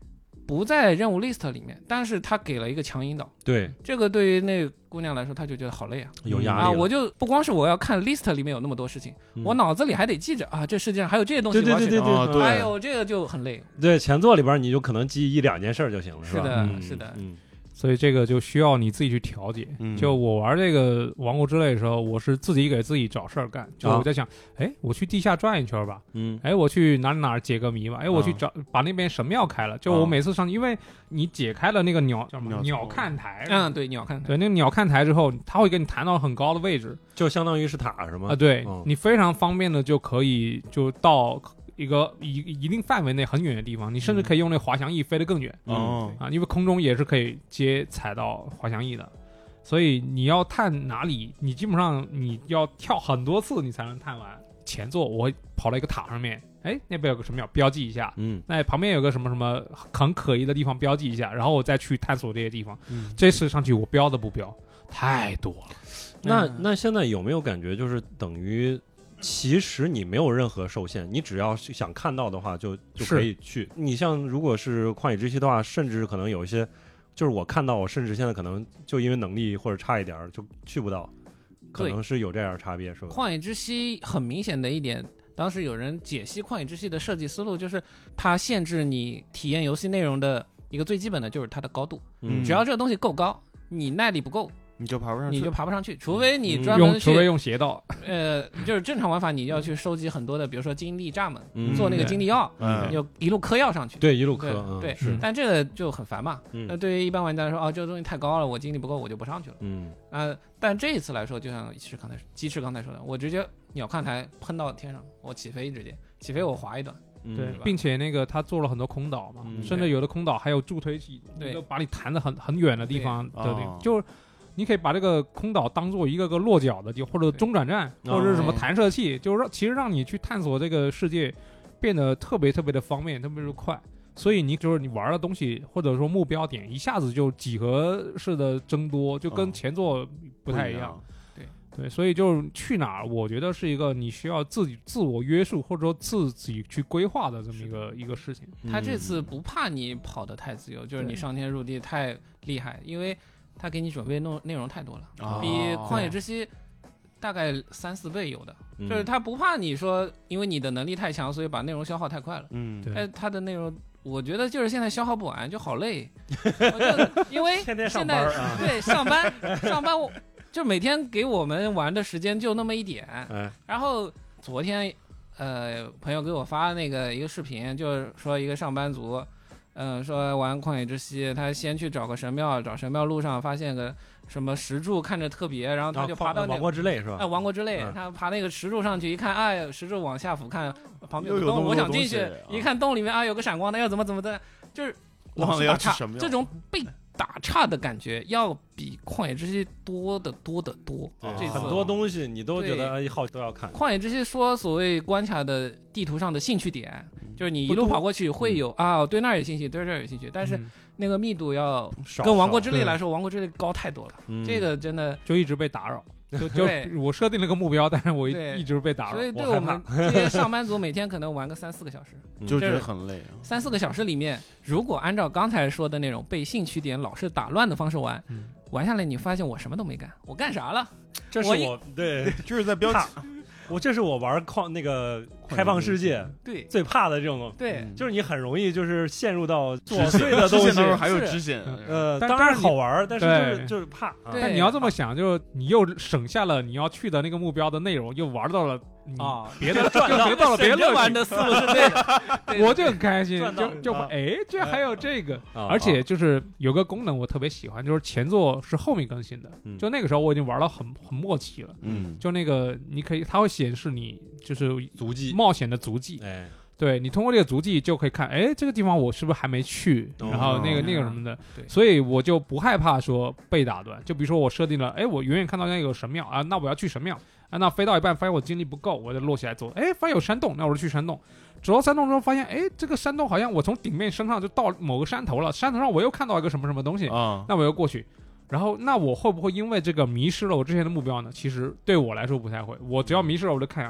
D: 不在任务 list 里面，但是他给了一个强引导。
A: 对，
D: 这个对于那个姑娘来说，她就觉得好累啊，
A: 有压力啊！
D: 我就不光是我要看 list 里面有那么多事情，我脑子里还得记着啊，这世界上还有这些东西我要去。
A: 对，
D: 哎呦，这个就很累。
A: 对，前作里边你就可能记1-2件事就行了，
D: 是的，是的。
C: 所以这个就需要你自己去调节。就我玩这个王国之泪的时候，我是自己给自己找事儿干。就我在想，我去地下转一圈吧，我去哪解个谜吧，我去把那边神庙开了。就我每次上去，因为你解开了那个鸟看台，
D: 对，鸟看台，
C: 对，那个鸟看台之后，它会给你弹到很高的位置，
A: 就相当于是塔是吗？
C: 对，你非常方便的就可以就到一个一定范围内很远的地方，你甚至可以用那滑翔翼飞得更远。因为空中也是可以踩到滑翔翼的，所以你要探哪里，你基本上你要跳很多次你才能探完。前作我跑到一个塔上面，那边有个什么鸟标记一下，那旁边有个什么什么很可疑的地方标记一下，然后我再去探索这些地方。这次上去我标的不标太多
A: 了。那现在有没有感觉就是等于其实你没有任何受限，你只要想看到的话就可以去。你像如果是旷野之息的话，甚至可能有一些就是我看到我甚至现在可能就因为能力或者差一点就去不到，可能是有这样的差别，是吧？
D: 旷野之息很明显的一点，当时有人解析旷野之息的设计思路，就是它限制你体验游戏内容的一个最基本的就是它的高度，只要这个东西够高，你耐力不够
B: 你就爬不上去，
D: 除非你专门
C: 除非用邪道，
D: 就是正常玩法，你要去收集很多的，比如说精力闸门，做那个精力药，就一路嗑药上去，
A: 对，一路嗑，
D: 对，但这个就很烦嘛。那对于一般玩家来说，这个东西太高了，我精力不够，我就不上去了。但这一次来说，就像鸡翅刚才说的，我直接鸟看台喷到天上，我起飞，直接起飞，我滑一段。
C: 对，并且那个他做了很多空岛嘛，甚至有的空岛还有助推器，
D: 对，
C: 把你弹得很远的地方的，就是你可以把这个空岛当做一个落脚的地，或者中转站，或者是什么弹射器，就是其实让你去探索这个世界变得特别特别的方便，特别是快。所以你就是你玩的东西或者说目标点一下子就几何式的增多，就跟前作不太一样。对，所以就是去哪儿，我觉得是一个你需要自己自我约束或者说自己去规划的这么一个事情。
D: 他这次不怕你跑得太自由，就是你上天入地太厉害，因为他给你准备内容太多了，比旷野之息大概3-4倍有的，就是他不怕你说因为你的能力太强，所以把内容消耗太快了。对，他的内容我觉得就是现在消耗不完，就好累。因为
A: 天天上班
D: 对，上班就每天给我们玩的时间就那么一点。然后昨天朋友给我发那个一个视频，就是说一个上班族说玩旷野之息，他先去找个神庙，找神庙路上发现个什么石柱看着特别，然后他就爬到
A: 王国之泪是吧？
D: 王国之泪，他爬那个石柱上去一看，石柱往下俯瞰，旁边有个洞，我想进去，一看洞里面有个闪光的，要怎么的，就是
B: 忘了要去神庙，
D: 这种被打岔的感觉要比旷野之息多得多。
A: 很多东西你都觉得好都要看。
D: 旷野之息说所谓关卡的地图上的兴趣点，就是你一路跑过去会有对那儿有兴趣，对这儿有兴趣，但是那个密度要跟王国之泪来说，王国之泪高太多了。这个真的
C: 就一直被打扰。就我设定了个目标，但是我一直被打扰。
D: 所以对我们这些上班族，每天可能玩个3-4个小时，
B: 就觉得很累。
D: 3-4个小时里面，如果按照刚才说的那种被兴趣点老是打乱的方式玩下来，你发现我什么都没干，我干啥了？
A: 这是我对，
B: 就是在标题。
A: 这是我玩那个开放世界
D: 对
A: 最怕的这种
D: 对，
A: 就是你很容易就是陷入到琐碎的东西，
B: 还有支线，
A: 当然好玩，但是就是怕。
C: 但你要这么想，就是你又省下了你要去的那个目标的内容，又玩到了别的，又学到了别的
D: 玩的思路是对的，
C: 我就很开心，就居然还有这个，而且就是有个功能我特别喜欢，就是前作是后面更新的，就那个时候我已经玩到很末期了，就那个你可以，它会显示你就是
A: 足迹
C: 冒险的足迹，对，你通过这个足迹就可以看，这个地方我是不是还没去，然后那个什么的，所以我就不害怕说被打断。就比如说我设定了，我远远看到那有神庙啊，那我要去神庙啊，那飞到一半发现我精力不够，我就落下来走，发现有山洞，那我就去山洞。走到山洞之后发现，这个山洞好像我从顶面升上就到某个山头了，山头上我又看到一个什么什么东西，那我又过去。然后那我会不会因为这个迷失了我之前的目标呢？其实对我来说不太会，我只要迷失了我就看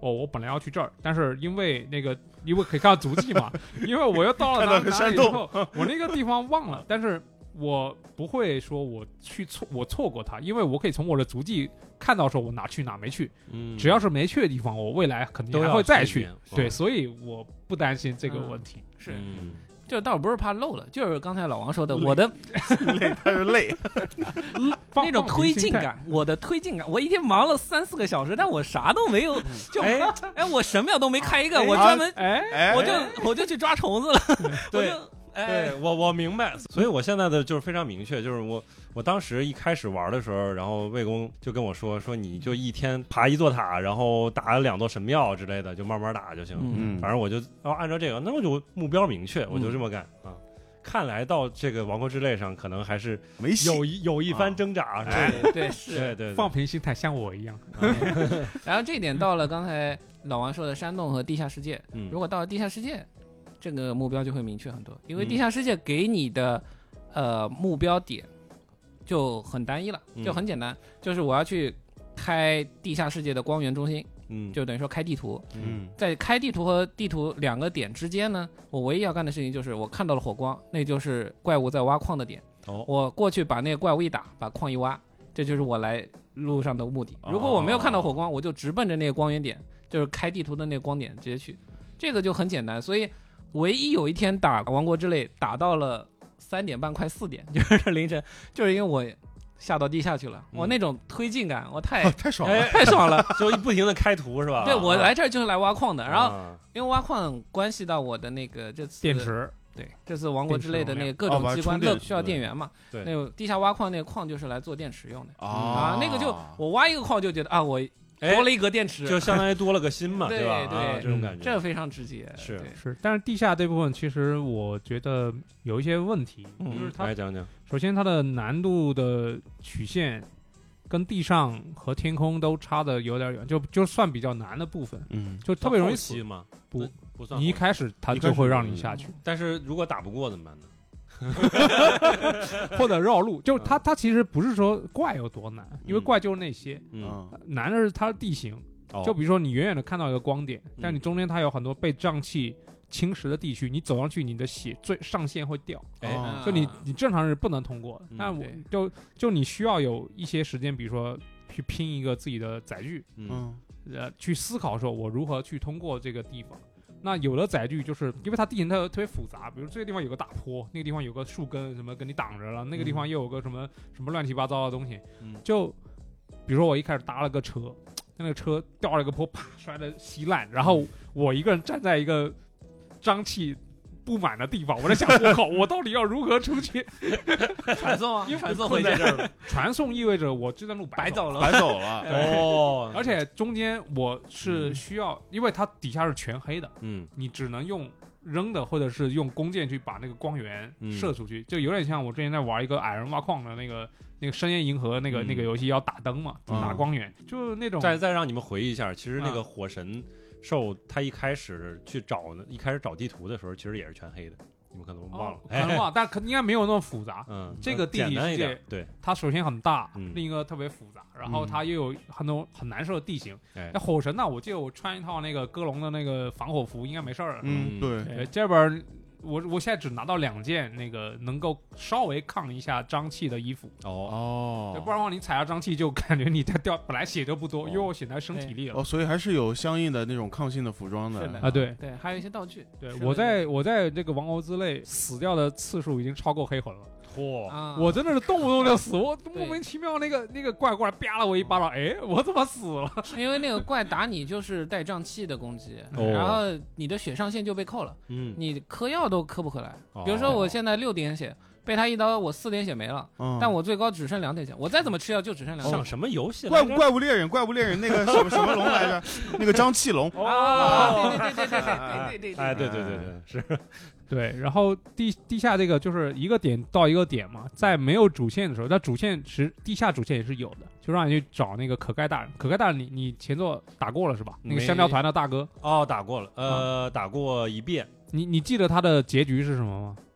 C: 我本来要去这儿，但是因为可以看到足迹嘛，因为我又到了哪里之后，我那个地方忘了，但是我不会说我错过它，因为我可以从我的足迹看到说我哪去哪没去，只要是没去的地方，我未来肯定还会再去，对，所以我不担心这个问题，
D: 是。就倒不是怕漏了，就是刚才老王说的，我的
B: 累，他是累，
D: 那种推进感，我的推进感，我一天忙了3-4个小时，但我啥都没有，就我神庙都没开一个，我专门我就去抓虫子了，
A: 对。对我明白，所以我现在的就是非常明确，就是我当时一开始玩的时候，然后魏公就跟我说你就一天爬1座塔，然后打2座神庙之类的，就慢慢打就行。反正我就按照这个，那我就目标明确，我就这么干啊。看来到这个王国之泪上，可能还是有一番挣扎。
D: 对是，
A: 对，
C: 放平心态，像我一样。
D: 然后这一点到了刚才老王说的山洞和地下世界，如果到了地下世界。这个目标就会明确很多，因为地下世界给你的目标点就很单一了，就很简单，就是我要去开地下世界的光源中心，就等于说开地图，在开地图和地图2个点之间呢，我唯一要干的事情就是我看到了火光，那就是怪物在挖矿的点，我过去把那个怪物一打，把矿一挖，这就是我来路上的目的。如果我没有看到火光，我就直奔着那个光源点，就是开地图的那个光点直接去，这个就很简单。所以唯一有一天打王国之泪打到了3点半快4点，就是凌晨，就是因为我下到地下去了，我那种推进感我太
B: 爽了，
D: 太爽了，
A: 就不停的开图是吧？
D: 对，我来这儿就是来挖矿的，然后因为挖矿关系到我的那个这次
C: 电池，
D: 对，这次王国之泪的那个各种机关都需要电源嘛，
A: 对，
D: 那个地下挖矿那个矿就是来做电池用的那个就我挖一个矿就觉得我多了一格电池，
A: 就相当于多了个心嘛，
D: 对
A: 吧？
D: 对，
A: 这种感觉，
D: 这非常直接。
A: 是，
C: 但是地下这部分其实我觉得有一些问题，就是它
A: 来讲讲。
C: 首先，它的难度的曲线跟地上和天空都差的有点远，就算比较难的部分，就特别容易死
A: 嘛。不算，
C: 你一开始它就会让你下去，
A: 但是如果打不过怎么办呢？
C: 或者绕路，就它其实不是说怪有多难，因为怪就是那些，难的是它的地形。就比如说你远远的看到一个光点，但你中间它有很多被瘴气侵蚀的地区，你走上去，你的血最上限会掉，就你正常人不能通过的。但我就你需要有一些时间，比如说去拼一个自己的载具，去思考说我如何去通过这个地方。那有的载具就是因为它地形特别复杂，比如这个地方有个大坡，那个地方有个树根什么跟你挡着了，那个地方又有个什么乱七八糟的东西，就比如说我一开始搭了个车，那个车掉了一个坡，啪摔得稀烂，然后我一个人站在一个瘴气不满的地方，我在想我靠，我到底要如何出去？
D: 传送啊，传送回去这儿了。
C: 传送意味着我这段路
D: 白走了，
B: 白走了。
A: 哦，
C: 而且中间我是需要，因为它底下是全黑的，你只能用扔的或者是用弓箭去把那个光源射出去，就有点像我之前在玩一个矮人挖矿的那个深渊银河那个游戏，要打灯嘛，打光源，就那种。
A: 再让你们回忆一下，其实那个火神兽他一开始找地图的时候，其实也是全黑的，你们可能忘了，
C: 可能忘了，但应该没有那么复杂。这个地理世界，
A: 对，
C: 它首先很大，另一个特别复杂，然后它又有很多很难受的地形。那火神呢，我记得我穿一套那个鸽笼的那个防火服，应该没事儿。
B: 对，
C: 这边。我现在只拿到2件那个能够稍微抗一下瘴气的衣服
B: 哦，
C: 不然的话你踩下瘴气就感觉你在掉，本来血就不多，因为我现在升体力了
B: 所以还是有相应的那种抗性的服装的
C: 啊，对，
D: 还有一些道具。
C: 对，我在这个王国之泪死掉的次数已经超过黑魂了。我真的是动不动就死，我莫名其妙那个怪过来啪了我一巴掌，我怎么死了？
D: 因为那个怪打你就是带瘴气的攻击，然后你的血上限就被扣了，你嗑药都嗑不回来。比如说我现在6点血，被他一刀我4点血没了，但我最高只剩2点血，我再怎么吃药就只剩2点血。
A: 上什么游戏？
B: 怪物猎人那个什么龙来着？那个瘴气龙
D: 对，
A: 是。
C: 对，然后地下这个就是一个点到一个点嘛，在没有主线的时候，但地下主线也是有的，就让你去找那个可盖大人。可盖大人你前作打过了是吧？那个香蕉团的大哥。
A: 打过了，打过1遍。
C: 你记得他的结局是什么吗？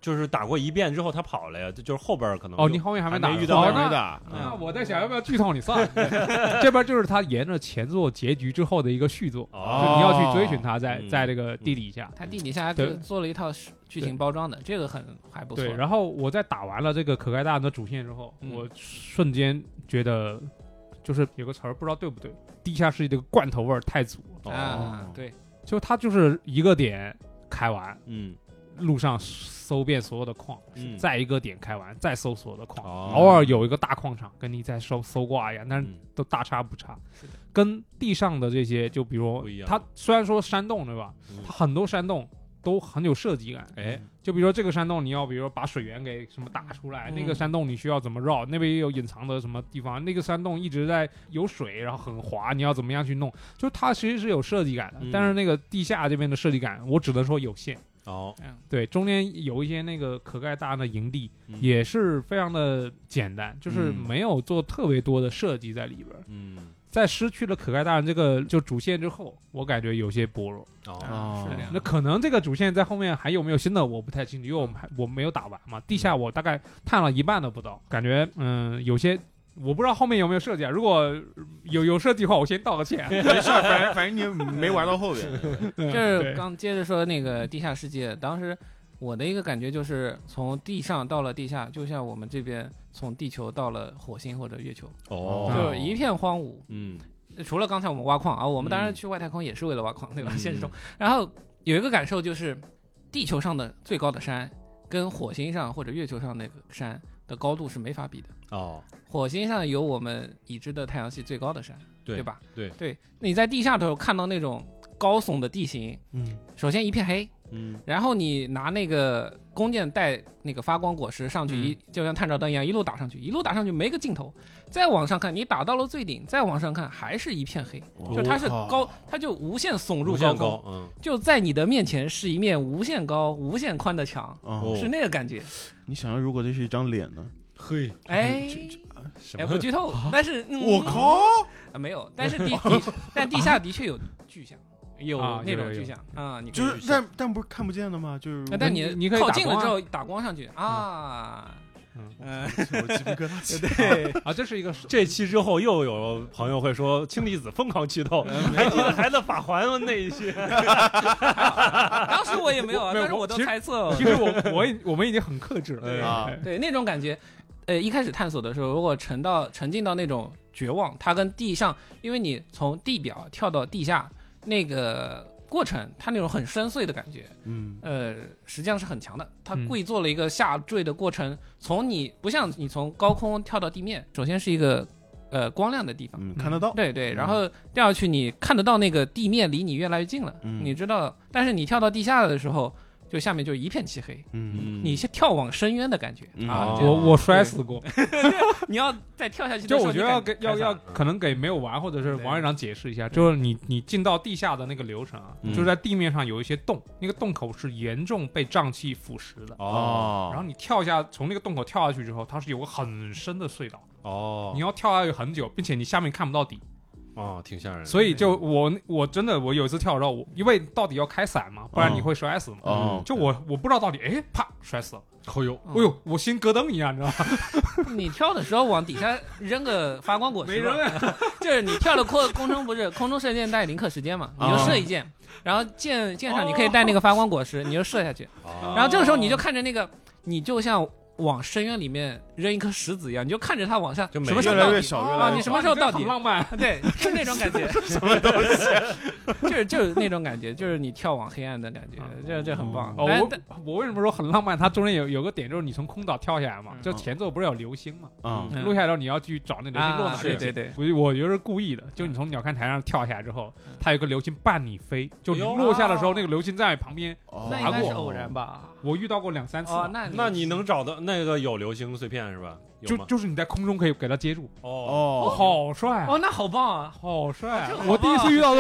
A: 就是打过一遍之后他跑了呀，就是后边可能
C: 你后面还没打，
A: 遇到
B: 没打。
C: 那我在想要不要剧透你算了。这边就是他沿着前作结局之后的一个续作，就你要去追寻他在这个地底下，
D: 他地底下还做了一套剧情包装的，这个还不错。
C: 对，然后我在打完了这个可盖大人的主线之后，我瞬间觉得就是有个词儿不知道对不对，地下室这个罐头味太足
D: 对，
C: 就它就是一个点开完，路上搜遍所有的矿，再一个点开完，再搜所有的矿，偶尔有一个大矿场跟你在搜刮一样，但是都大差不差。
D: 是的，
C: 跟地上的这些，就比如它虽然说山洞对吧，它很多山洞都很有设计感。就比如说这个山洞，你要比如说把水源给什么打出来，那个山洞你需要怎么绕，那边也有隐藏的什么地方，那个山洞一直在有水，然后很滑，你要怎么样去弄？就它其实是有设计感的，但是那个地下这边的设计感，我只能说有限。对，中间有一些那个可盖大的营地也是非常的简单，就是没有做特别多的设计在里边。在失去了可盖大人这个就主线之后，我感觉有些薄弱。
D: 是这样。
C: 那可能这个主线在后面还有没有新的，我不太清楚，因为我没有打完嘛。地下我大概探了一半都不到，感觉有些。我不知道后面有没有设计啊？如果有设计的话，我先道个歉。
B: 没事，反正你没玩到后边。
D: 就是刚接着说那个地下世界，当时我的一个感觉就是从地上到了地下，就像我们这边从地球到了火星或者月球，就是一片荒芜。除了刚才我们挖矿啊，我们当然去外太空也是为了挖矿，对吧？现实中，然后有一个感受就是，地球上的最高的山跟火星上或者月球上那个山的高度是没法比的。火星上有我们已知的太阳系最高的山，对吧？对，你在地下的时候看到那种高耸的地形，首先一片黑，然后你拿那个弓箭带那个发光果实上去，就像探照灯一样一路打上去没个尽头，再往上看你打到了最顶，再往上看还是一片黑，就它是高，它就无限耸入高空，就在你的面前是一面无限高无限宽的墙，是那个感觉。
B: 你想想如果这是一张脸呢？
A: 嘿，
D: 不剧透，但是
B: 我靠，
D: 没有，但是但地下的确有巨像，有那种巨像啊，你
B: 就是但不是看不见的吗？就是，
D: 但
C: 你可以
D: 靠近了之后打光上去啊。
B: 我鸡皮疙瘩。
D: 对
C: 啊，这是一个
A: 这期之后又有朋友会说氢离子疯狂剧透，还记得孩子法环那一些？
D: 当时我也没有啊，但是我都猜测了。
C: 其实我们已经很克制了。
D: 对那种感觉。一开始探索的时候，如果沉浸到那种绝望，它跟地上，因为你从地表跳到地下那个过程，它那种很深邃的感觉，实际上是很强的。它故意做了一个下坠的过程，不像你从高空跳到地面，首先是一个光亮的地方，
B: 看得到，
D: 对，然后掉下去你看得到那个地面离你越来越近了，你知道，但是你跳到地下的时候。就下面就一片漆黑，你是跳往深渊的感觉啊！
C: 我摔死过，
D: 你要再跳下去的
C: 时候，就我觉得要可能给没有玩或者是玩一场解释一下，就是你进到地下的那个流程啊，就是在地面上有一些洞，那个洞口是严重被瘴气腐蚀的然后你从那个洞口跳下去之后，它是有个很深的隧道你要跳下去很久，并且你下面看不到底。
A: 挺吓人的。
C: 所以就我真的我有一次跳，然后因为到底要开伞嘛，不然你会摔死嘛。就我不知道到底，啪摔死了。
A: 哎呦，
C: 我心咯噔一样，你知道吗？
D: 你跳的时候往底下扔个发光果实，
C: 没扔啊。
D: 就是你跳的空中射箭带零刻时间嘛，你就射一箭，然后箭上你可以带那个发光果实，你就射下去。然后这个时候你就看着那个，你就像往深渊里面扔一颗石子一样，你就看着它往下，什么时候到底你什么时候到底？
C: 浪漫，
D: 对，就那种感觉。
B: 什么东西？
D: 就是那种感觉，就是你跳往黑暗的感觉，这很棒。
C: 我为什么说很浪漫？它中间有个点，就是你从空岛跳下来嘛，就前奏不是有流星嘛？落下来之后你要去找那流星落哪里？
D: 对，
C: 我觉得是故意的，就你从鸟瞰台上跳下来之后，它有个流星伴你飞，就你落下的时候，那个流星在你旁边
D: 那应该是偶然吧？
C: 我遇到过2-3次。
A: 那你能找到那个有流星碎片是吧？
C: 就是你在空中可以给它接住。好帅！
D: 那好棒啊，
C: 好帅！我第一次遇到的，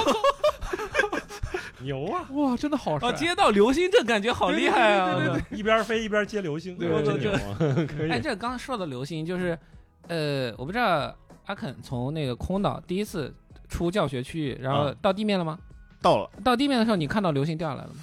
A: 牛啊！
C: 哇，真的好帅！
D: 接到流星，这感觉好厉害啊！
A: 一边飞一边接流星，真牛啊！可以。
D: 这刚刚说的流星就是，我不知道阿肯从那个空岛第一次出教学区域，然后到地面了吗？
B: 到了。
D: 到地面的时候，你看到流星掉下来了吗？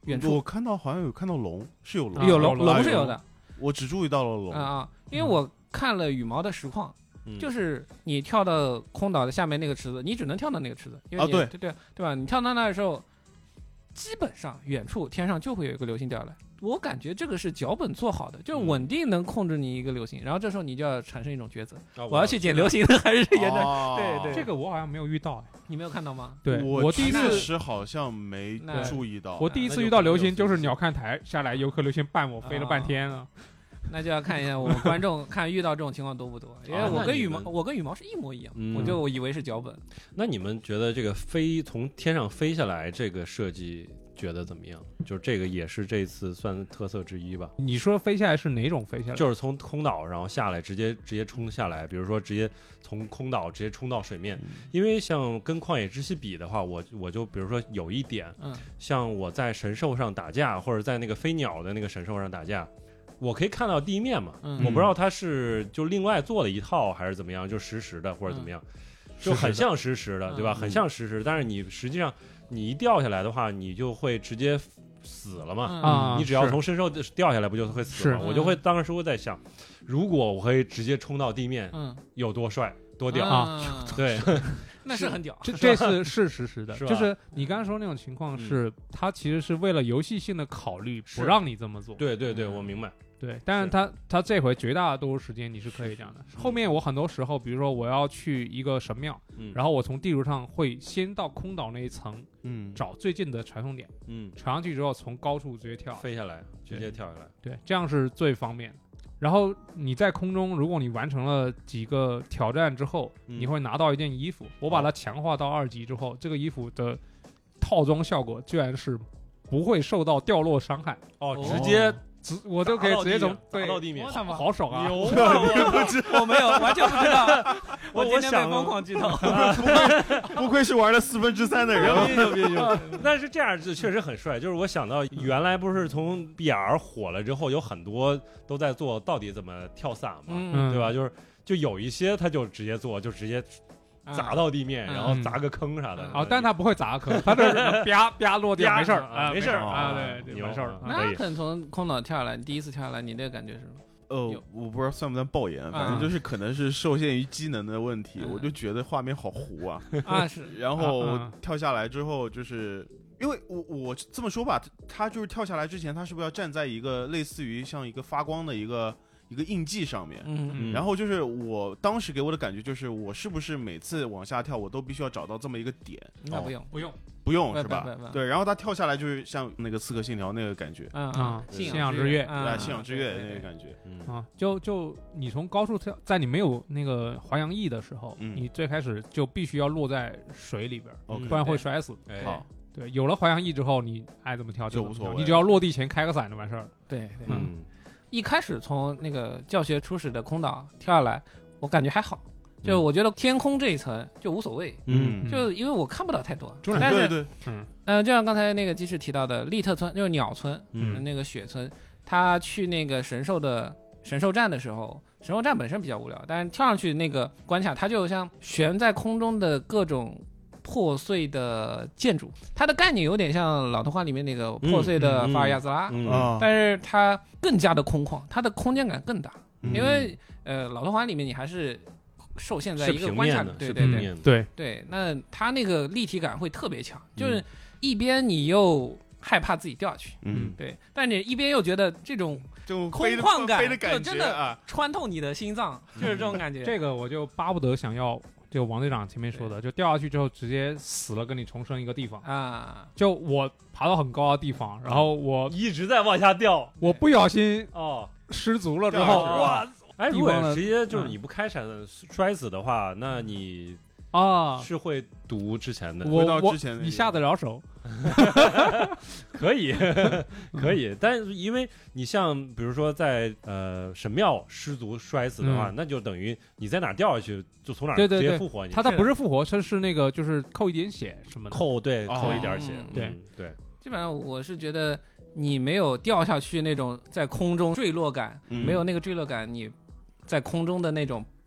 D: 远处
B: 我看到好像有看到龙，是有龙，
D: 龙是有的，
B: 我只注意到了龙
D: 因为我看了羽毛的实况。就是你跳到空岛的下面那个池子，你只能跳到那个池子，因为对吧？你跳到那的时候，基本上远处天上就会有一个流星掉下来。我感觉这个是脚本做好的，就稳定能控制你一个流星，然后这时候你就要产生一种抉择，我要去捡流星还是沿着？对，
C: 这个我好像没有遇到，
D: 你没有看到吗？
C: 对，我第一次
B: 好像没注意到，
C: 我第一次遇到流星就是鸟瞰台下来有颗流星伴我飞了半天了。
D: 那就要看一下我们观众看遇到这种情况多不多，因为我跟羽毛是一模一样，我以为是脚本。
A: 那你们觉得这个从天上飞下来这个设计觉得怎么样？就是这个也是这次算特色之一吧。
C: 你说飞下来是哪种飞下来？
A: 就是从空岛然后下来直接冲下来，比如说直接从空岛直接冲到水面。因为像跟旷野之息比的话，我就比如说有一点，像我在神兽上打架，或者在那个飞鸟的那个神兽上打架，我可以看到地面嘛，我不知道它是就另外做了一套还是怎么样，就实时的或者怎么样，就很像实时的，对吧？很像实时，但是你实际上你一掉下来的话，你就会直接死了嘛。你只要从神兽掉下来，不就会死吗？我就会当时会在想，如果我可以直接冲到地面，有多帅多屌啊！对。
D: 那是很屌，
C: 这次是实时的，就是你刚才说那种情况是，它其实是为了游戏性的考虑，不让你这么做。
A: 对，我明白。
C: 对，但是它这回绝大多数时间你是可以这样的。后面我很多时候，比如说我要去一个神庙，然后我从地图上会先到空岛那一层，找最近的传送点，传上去之后从高处直接飞下来，
A: 直接跳下来。
C: 对，这样是最方便的。然后你在空中，如果你完成了几个挑战之后，你会拿到一件衣服。我把它强化到2级之后，这个衣服的套装效果居然是不会受到掉落伤害。
A: 直接
C: 我就可以直接从
A: 打到地面，
C: 好爽啊！
D: 牛啊！我没有，完全不知道。我今天被疯狂剧透，
B: 不愧是玩了3/4的人。
A: 牛！但是这样就确实很帅。就是我想到原来不是从 BR 火了之后，有很多都在做到底怎么跳伞嘛，对吧？就有一些他就直接做，就直接砸到地面，然后砸个坑啥的。
C: 但他不会砸坑，他这啪啪落地没事
A: 没事
C: 对，没事儿。
D: 那可能从空岛跳下来，你第一次跳下来，你那个感觉是什么？
B: 我不知道算不算爆言，反正就是可能是受限于机能的问题，我就觉得画面好糊啊。
D: 是。
B: 然后跳下来之后，就是因为我这么说吧，他就是跳下来之前，他是不是要站在一个类似于像一个发光的一个印记上面，然后就是我当时给我的感觉就是，我是不是每次往下跳，我都必须要找到这么一个点？
D: 那
C: 不用
B: 是吧？对，然后他跳下来就是像那个《刺客信条》那个感觉，
C: 信仰之月，
B: 对，信仰之月那个感觉，
C: 就你从高处跳，在你没有那个滑翔翼的时候，你最开始就必须要落在水里边，不然会摔死。好，对，有了滑翔翼之后，你爱怎么跳就
B: 无所谓，
C: 你只要落地前开个伞就完事儿了。
D: 对，一开始从那个教学初始的空岛跳下来，我感觉还好，就我觉得天空这一层就无所谓，就因为我看不到太多。但是，就像刚才那个鸡翅提到的利特村，就是鸟村，那个雪村，他去那个神兽站的时候，神兽站本身比较无聊，但是跳上去那个关卡，它就像悬在空中的各种破碎的建筑，它的概念有点像老头环里面那个破碎的法尔亚兹拉，但是它更加的空旷，它的空间感更大，因为老头环里面你还是受限在一个关卡，对，那它那个立体感会特别强，就是一边你又害怕自己掉下去，对，但你一边又觉得这种空旷感就真的穿透你的心脏，就是这种感觉。
C: 这个我就巴不得想要。就王队长前面说的，就掉下去之后直接死了，跟你重生一个地方啊！就我爬到很高的地方，然后我
A: 一直在往下掉，
C: 我不小心失足了之后，哇！
A: 如果直接就是你不开闪摔死的话，那你是会读之前的，
C: 你下得了手。
A: 可以，但是因为你像比如说在神庙失足摔死的话，那就等于你在哪掉下去就从哪直接复活你。
C: 他不是复活，是那个就是扣一点血什么的，
A: 扣一点血，对。
D: 基本上我是觉得你没有掉下去那种在空中坠落感，没有那个坠落感，你在空中的那种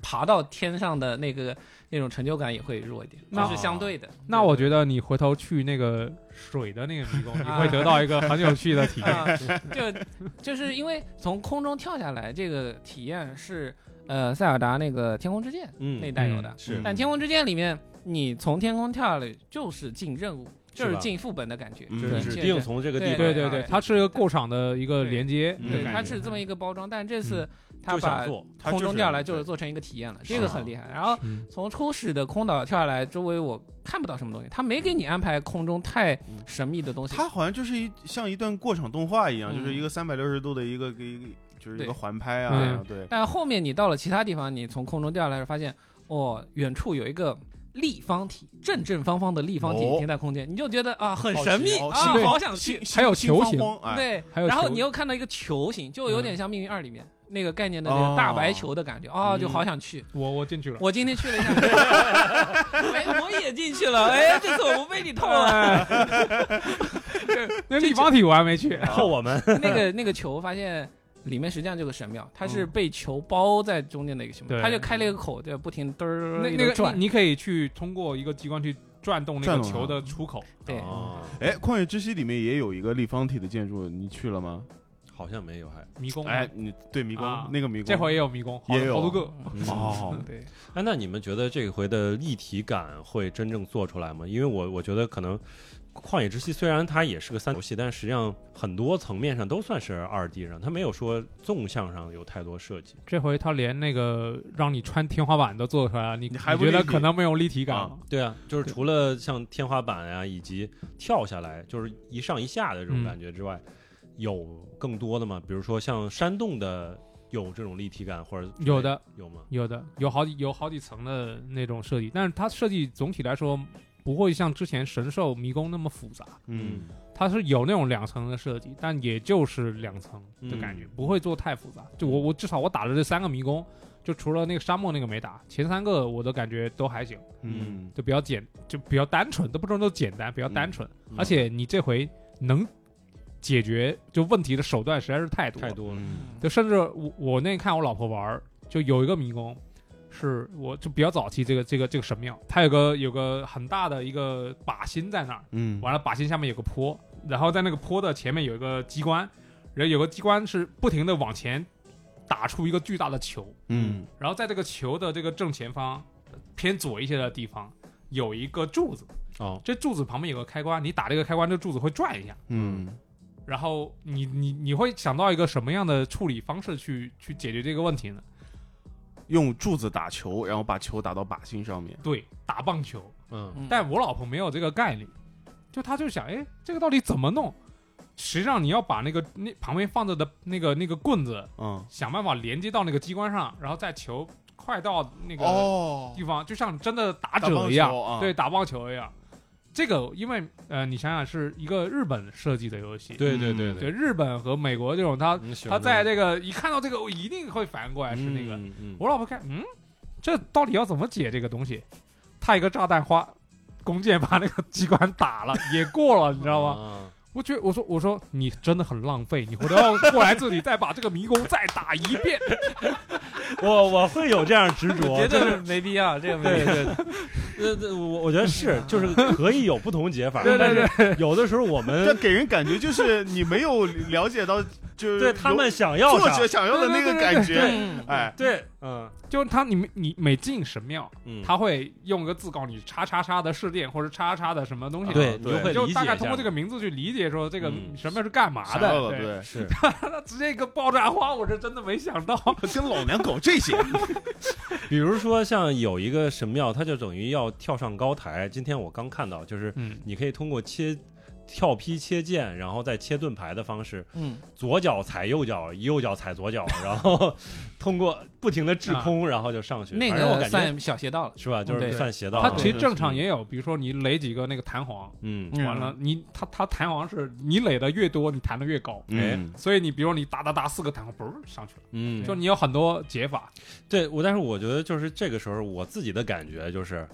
D: 爬到天上的那种成就感也会弱一点，那是相对的。
C: 那我觉得你回头去那个水的那个迷宫，你会得到一个很有趣的体验。
D: 就是因为从空中跳下来这个体验是塞尔达那个天空之剑那代有的，
A: 是。
D: 但天空之剑里面你从天空跳下来就是进任务。就是进副本的感觉，
A: 就是指定从这个地方，
C: 对，它是一个过场的一个连接，
D: 对，它是这么一个包装。但这次它把空中掉下来就是做成一个体验了，这个很厉害。然后从初始的空岛跳下来，周围我看不到什么东西，它没给你安排空中太神秘的东西，
B: 它好像就是像一段过场动画一样，就是一个360度的一个就是一个环拍啊，对。
D: 但后面你到了其他地方，你从空中掉下来，发现远处有一个立方体，正正方方的立方体停在空间，你就觉得啊很神秘啊，好想去。
C: 还有球形，
D: 对，然后你又看到一个球形，就有点像《命运2》里面那个概念的那个大白球的感觉啊，就好想去。
C: 我进去了，
D: 我今天去了一下，我也进去了，这次我不被你偷了。
C: 那立方体我还没去，
A: 偷我们
D: 那个球，发现。里面实际上就是神庙，它是被球包在中间的一个神庙，它就开了一个口，就不停嘚儿那个转。
C: 你可以去通过一个机关去转动那个球的出口。
D: 对，
B: 旷野之息里面也有一个立方体的建筑，你去了吗？
A: 好像没有，还
C: 迷宫。
B: 你对迷宫那个迷宫，
C: 这回也有迷宫，
B: 也有
C: 好多个。
D: 对。
A: 那你们觉得这回的立体感会真正做出来吗？因为我觉得可能。旷野之息虽然它也是个3D游戏，但实际上很多层面上都算是2D 上，它没有说纵向上有太多设计。
C: 这回它连那个让你穿天花板都做出来了，你觉得可能没有立体感吗？
A: 对啊，就是除了像天花板啊以及跳下来就是一上一下的这种感觉之外，有更多的吗？比如说像山洞的有这种立体感，或者
C: 有的
A: 有吗？
C: 有的，有好几层的那种设计，但是它设计总体来说。不会像之前神兽迷宫那么复杂，它是有那种2层的设计，但也就是2层的感觉，不会做太复杂。就我至少我打了这3个迷宫，就除了那个沙漠那个没打，前3个我的感觉都还行，就比较单纯，都不能说简单，比较单纯，而且你这回能解决就问题的手段实在是太多了，就甚至我那看我老婆玩，就有一个迷宫。是我就比较早期这个神庙，它有个很大的一个靶心在那儿，完了靶心下面有个坡，然后在那个坡的前面有一个机关，然后有个机关是不停的往前打出一个巨大的球，然后在这个球的这个正前方偏左一些的地方有一个柱子，这柱子旁边有个开关，你打这个开关，这柱子会转一下，然后你会想到一个什么样的处理方式去解决这个问题呢？
B: 用柱子打球，然后把球打到靶心上面。
C: 对，打棒球。但我老婆没有这个概念，就她就想，这个到底怎么弄？实际上你要把那旁边放着的那个棍子，想办法连接到那个机关上，然后再球快到那个地方，就像真的打者一样，对，打棒球一样。这个因为你想想是一个日本设计的游戏，
A: 对，
C: 日本和美国这种，他在这个一看到这个，我一定会反应过来是那个。我老婆看，这到底要怎么解这个东西？他一个炸弹弓箭把那个机关打了，也过了，你知道吗？我说你真的很浪费，你回头要过来这里再把这个迷宫再打一遍。
A: 我会有这样执着，
D: 绝对是没必要，这个没必要。
A: 我觉得是，就是可以有不同解法，但是有的时候我们
B: 这给人感觉就是你没有了解到，就是
A: 对他们想要
B: 作者想要的那个感觉，
A: 对，
C: 就是你每进神庙，他会用个字告诉你叉叉叉的试炼或者叉叉的什么东西，
A: 对，
C: 就大概通过这个名字去理解说这个神庙是干嘛的，
B: 对，
A: 是
C: 他直接一个爆炸花，我是真的没想到，
B: 跟老娘搞这些。
A: 比如说像有一个神庙，它就等于要跳上高台。今天我刚看到，就是你可以通过跳劈切剑，然后再切盾牌的方式，左脚踩右脚，右脚踩左脚，然后通过不停的滞空，然后就上去。
D: 那个算小邪道了，
A: 是吧？就是算邪道。
C: 它其实正常也有，比如说你垒几个那个弹簧，完了它弹簧是你垒的越多，你弹的越高，所以你比如你打4个弹簧，嘣上去了，就你有很多解法。
A: 对，但是我觉得就是这个时候我自己的感觉就是。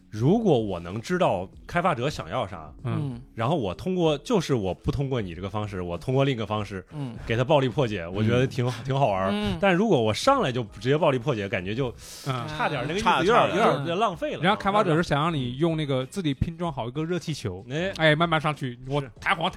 A: 如果我能知道开发者想要啥，然后我就是我不通过你这个方式，我通过另一个方式，给他暴力破解，我觉得挺好玩。但如果我上来就直接暴力破解，感觉就差点那个意思，有点浪费了。
C: 然后开发者是想让你用那个自己拼装好一个热气球，慢慢上去，我弹簧，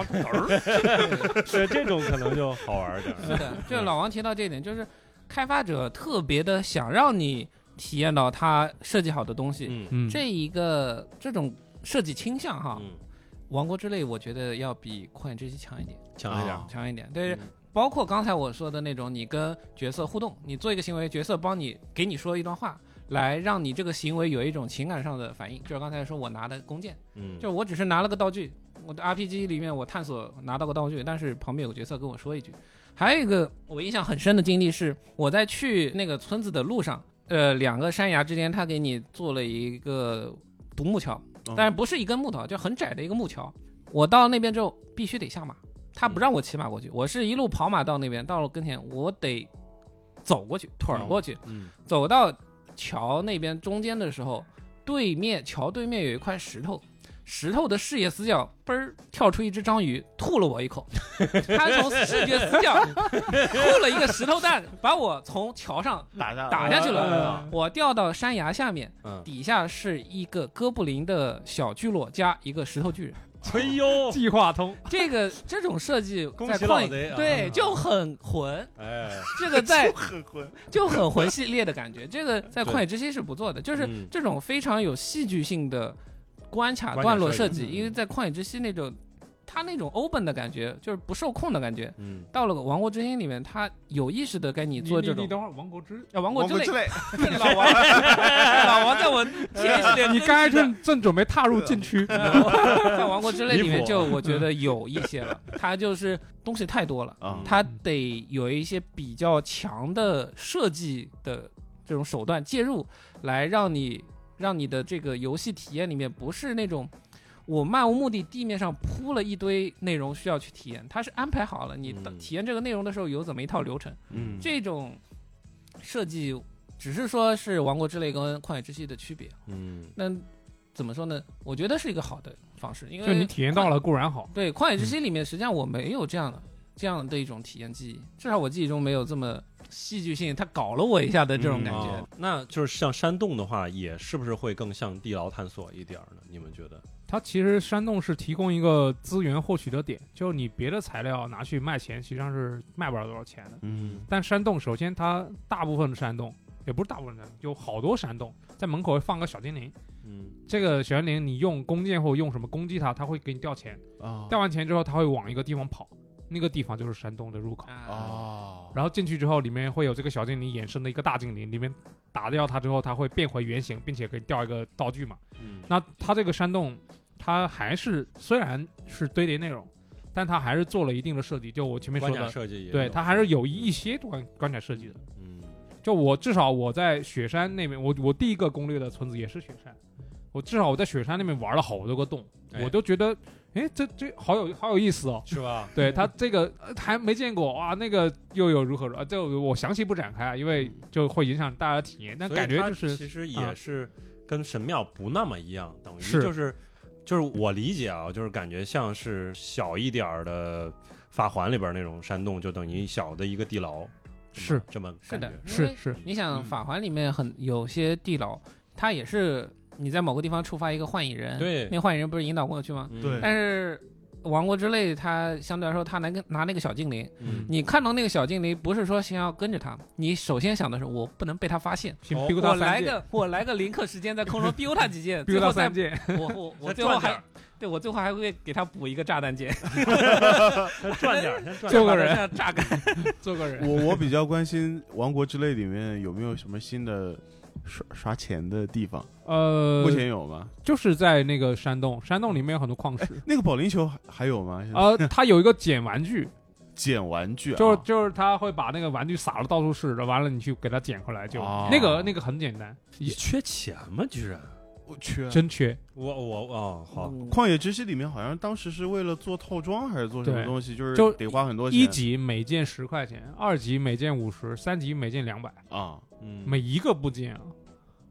A: 是这种可能就好玩点。
D: 是的，就老王提到这一点，就是开发者特别的想让你体验到他设计好的东西，这种设计倾向哈，王国之泪我觉得要比旷野之息强一点。对，包括刚才我说的那种，你跟角色互动，你做一个行为，角色给你说一段话，来让你这个行为有一种情感上的反应。就是刚才说我拿的弓箭，就我只是拿了个道具，我的 RPG 里面我探索拿到个道具，但是旁边有个角色跟我说一句。还有一个我印象很深的经历是，我在去那个村子的路上。2个山崖之间，他给你做了一个独木桥，但是不是一根木头，就很窄的一个木桥。我到那边之后必须得下马，他不让我骑马过去，我是一路跑马到那边，到了跟前我得走过去，腿过去，走到桥那边中间的时候，桥对面有一块石头的视野死角，嘣儿跳出一只章鱼，吐了我一口。他从视觉死角吐了一个石头蛋，把我从桥上打下去了。我掉到山崖下面，底下是一个哥布林的小聚落加一个石头巨人。
A: 哎呦，
C: 计划通，
D: 这种设计在旷野对就很混，这个就很混系列的感觉。这个在旷野之息是不做的，就是这种非常有戏剧性的关卡段落设计，因为在旷野之息那种它那种 open 的感觉，就是不受控的感觉，到了王国之心里面，它有意识的给你做这种。
C: 你等会儿王国之
D: 泪，老王在我潜意识里，
C: 你刚才正准备踏入禁区，
D: 在王国之泪里面就我觉得有一些了，它就是东西太多了，它得有一些比较强的设计的这种手段介入，来让你的这个游戏体验里面不是那种我漫无目的地面上铺了一堆内容需要去体验，它是安排好了你体验这个内容的时候有怎么一套流程。这种设计只是说是王国之泪跟旷野之息的区别。那怎么说呢？我觉得是一个好的方式，因为
C: 就你体验到了固然好。
D: 对，旷野之息里面实际上我没有这样的一种体验记忆，至少我记忆中没有这么戏剧性，他搞了我一下的这种感觉。
A: 那就是像山洞的话，也是不是会更像地牢探索一点呢？你们觉得？
C: 它其实山洞是提供一个资源获取的点，就你别的材料拿去卖钱，实际上是卖不了多少钱的。但山洞首先它大部分的山洞，也不是大部分山洞，有好多山洞在门口会放个小精灵。这个小精灵你用弓箭或用什么攻击它会给你掉钱。掉完钱之后，它会往一个地方跑。那个地方就是山洞的入口然后进去之后，里面会有这个小精灵衍生的一个大精灵，里面打掉它之后，它会变回原形，并且给你掉一个道具嘛。那它这个山洞，它还是虽然是堆叠内容，但它还是做了一定的设计。就我前面说的，
A: 关卡设计
C: 对，它还是有一些关卡设计的。就至少我在雪山那边，我第一个攻略的村子也是雪山，至少我在雪山那边玩了好多个洞，我都觉得。这好有意思哦，
A: 是吧？
C: 对他这个还没见过哇，那个又有如何这我详细不展开，因为就会影响大家体验。但感觉就是
A: 其实也是跟神庙不那么一样，等于就是我理解啊，就是感觉像是小一点的法环里边那种山洞，就等于小的一一个地牢，
C: 是
A: 这么感觉。
C: 是
D: 你想法环里面有些地牢，它也是。你在某个地方触发一个幻影人，
A: 对，
D: 那幻影人不是引导过去吗？
B: 对。
D: 但是王国之泪，它相对来说，他拿那个小精灵，你看到那个小精灵，不是说先要跟着他，你首先想的是我不能被他发现，我来个林克时间在空中biu他几箭，
C: biu他3箭，
D: 我最后我最后还会给他补一个炸弹箭，
A: 赚点，
C: 做个人
D: 榨干，
C: 做个人。
B: 我比较关心王国之泪里面有没有什么新的。刷钱的地方，目前有吗？
C: 就是在那个山洞里面有很多矿石。
B: 那个保龄球还有吗？
C: 它有一个捡玩具，
B: 就是
C: 他会把那个玩具撒了到处是，完了你去给它捡回来，就那个很简单。
A: 你缺钱吗？居然
B: 我缺，
C: 真缺。
A: 我好。
B: 旷野之息里面好像当时是为了做套装还是做什么东西，就得花很多钱。
C: 1级每件10块钱，2级每件50，3级每件200
B: 啊。
C: 每一个部件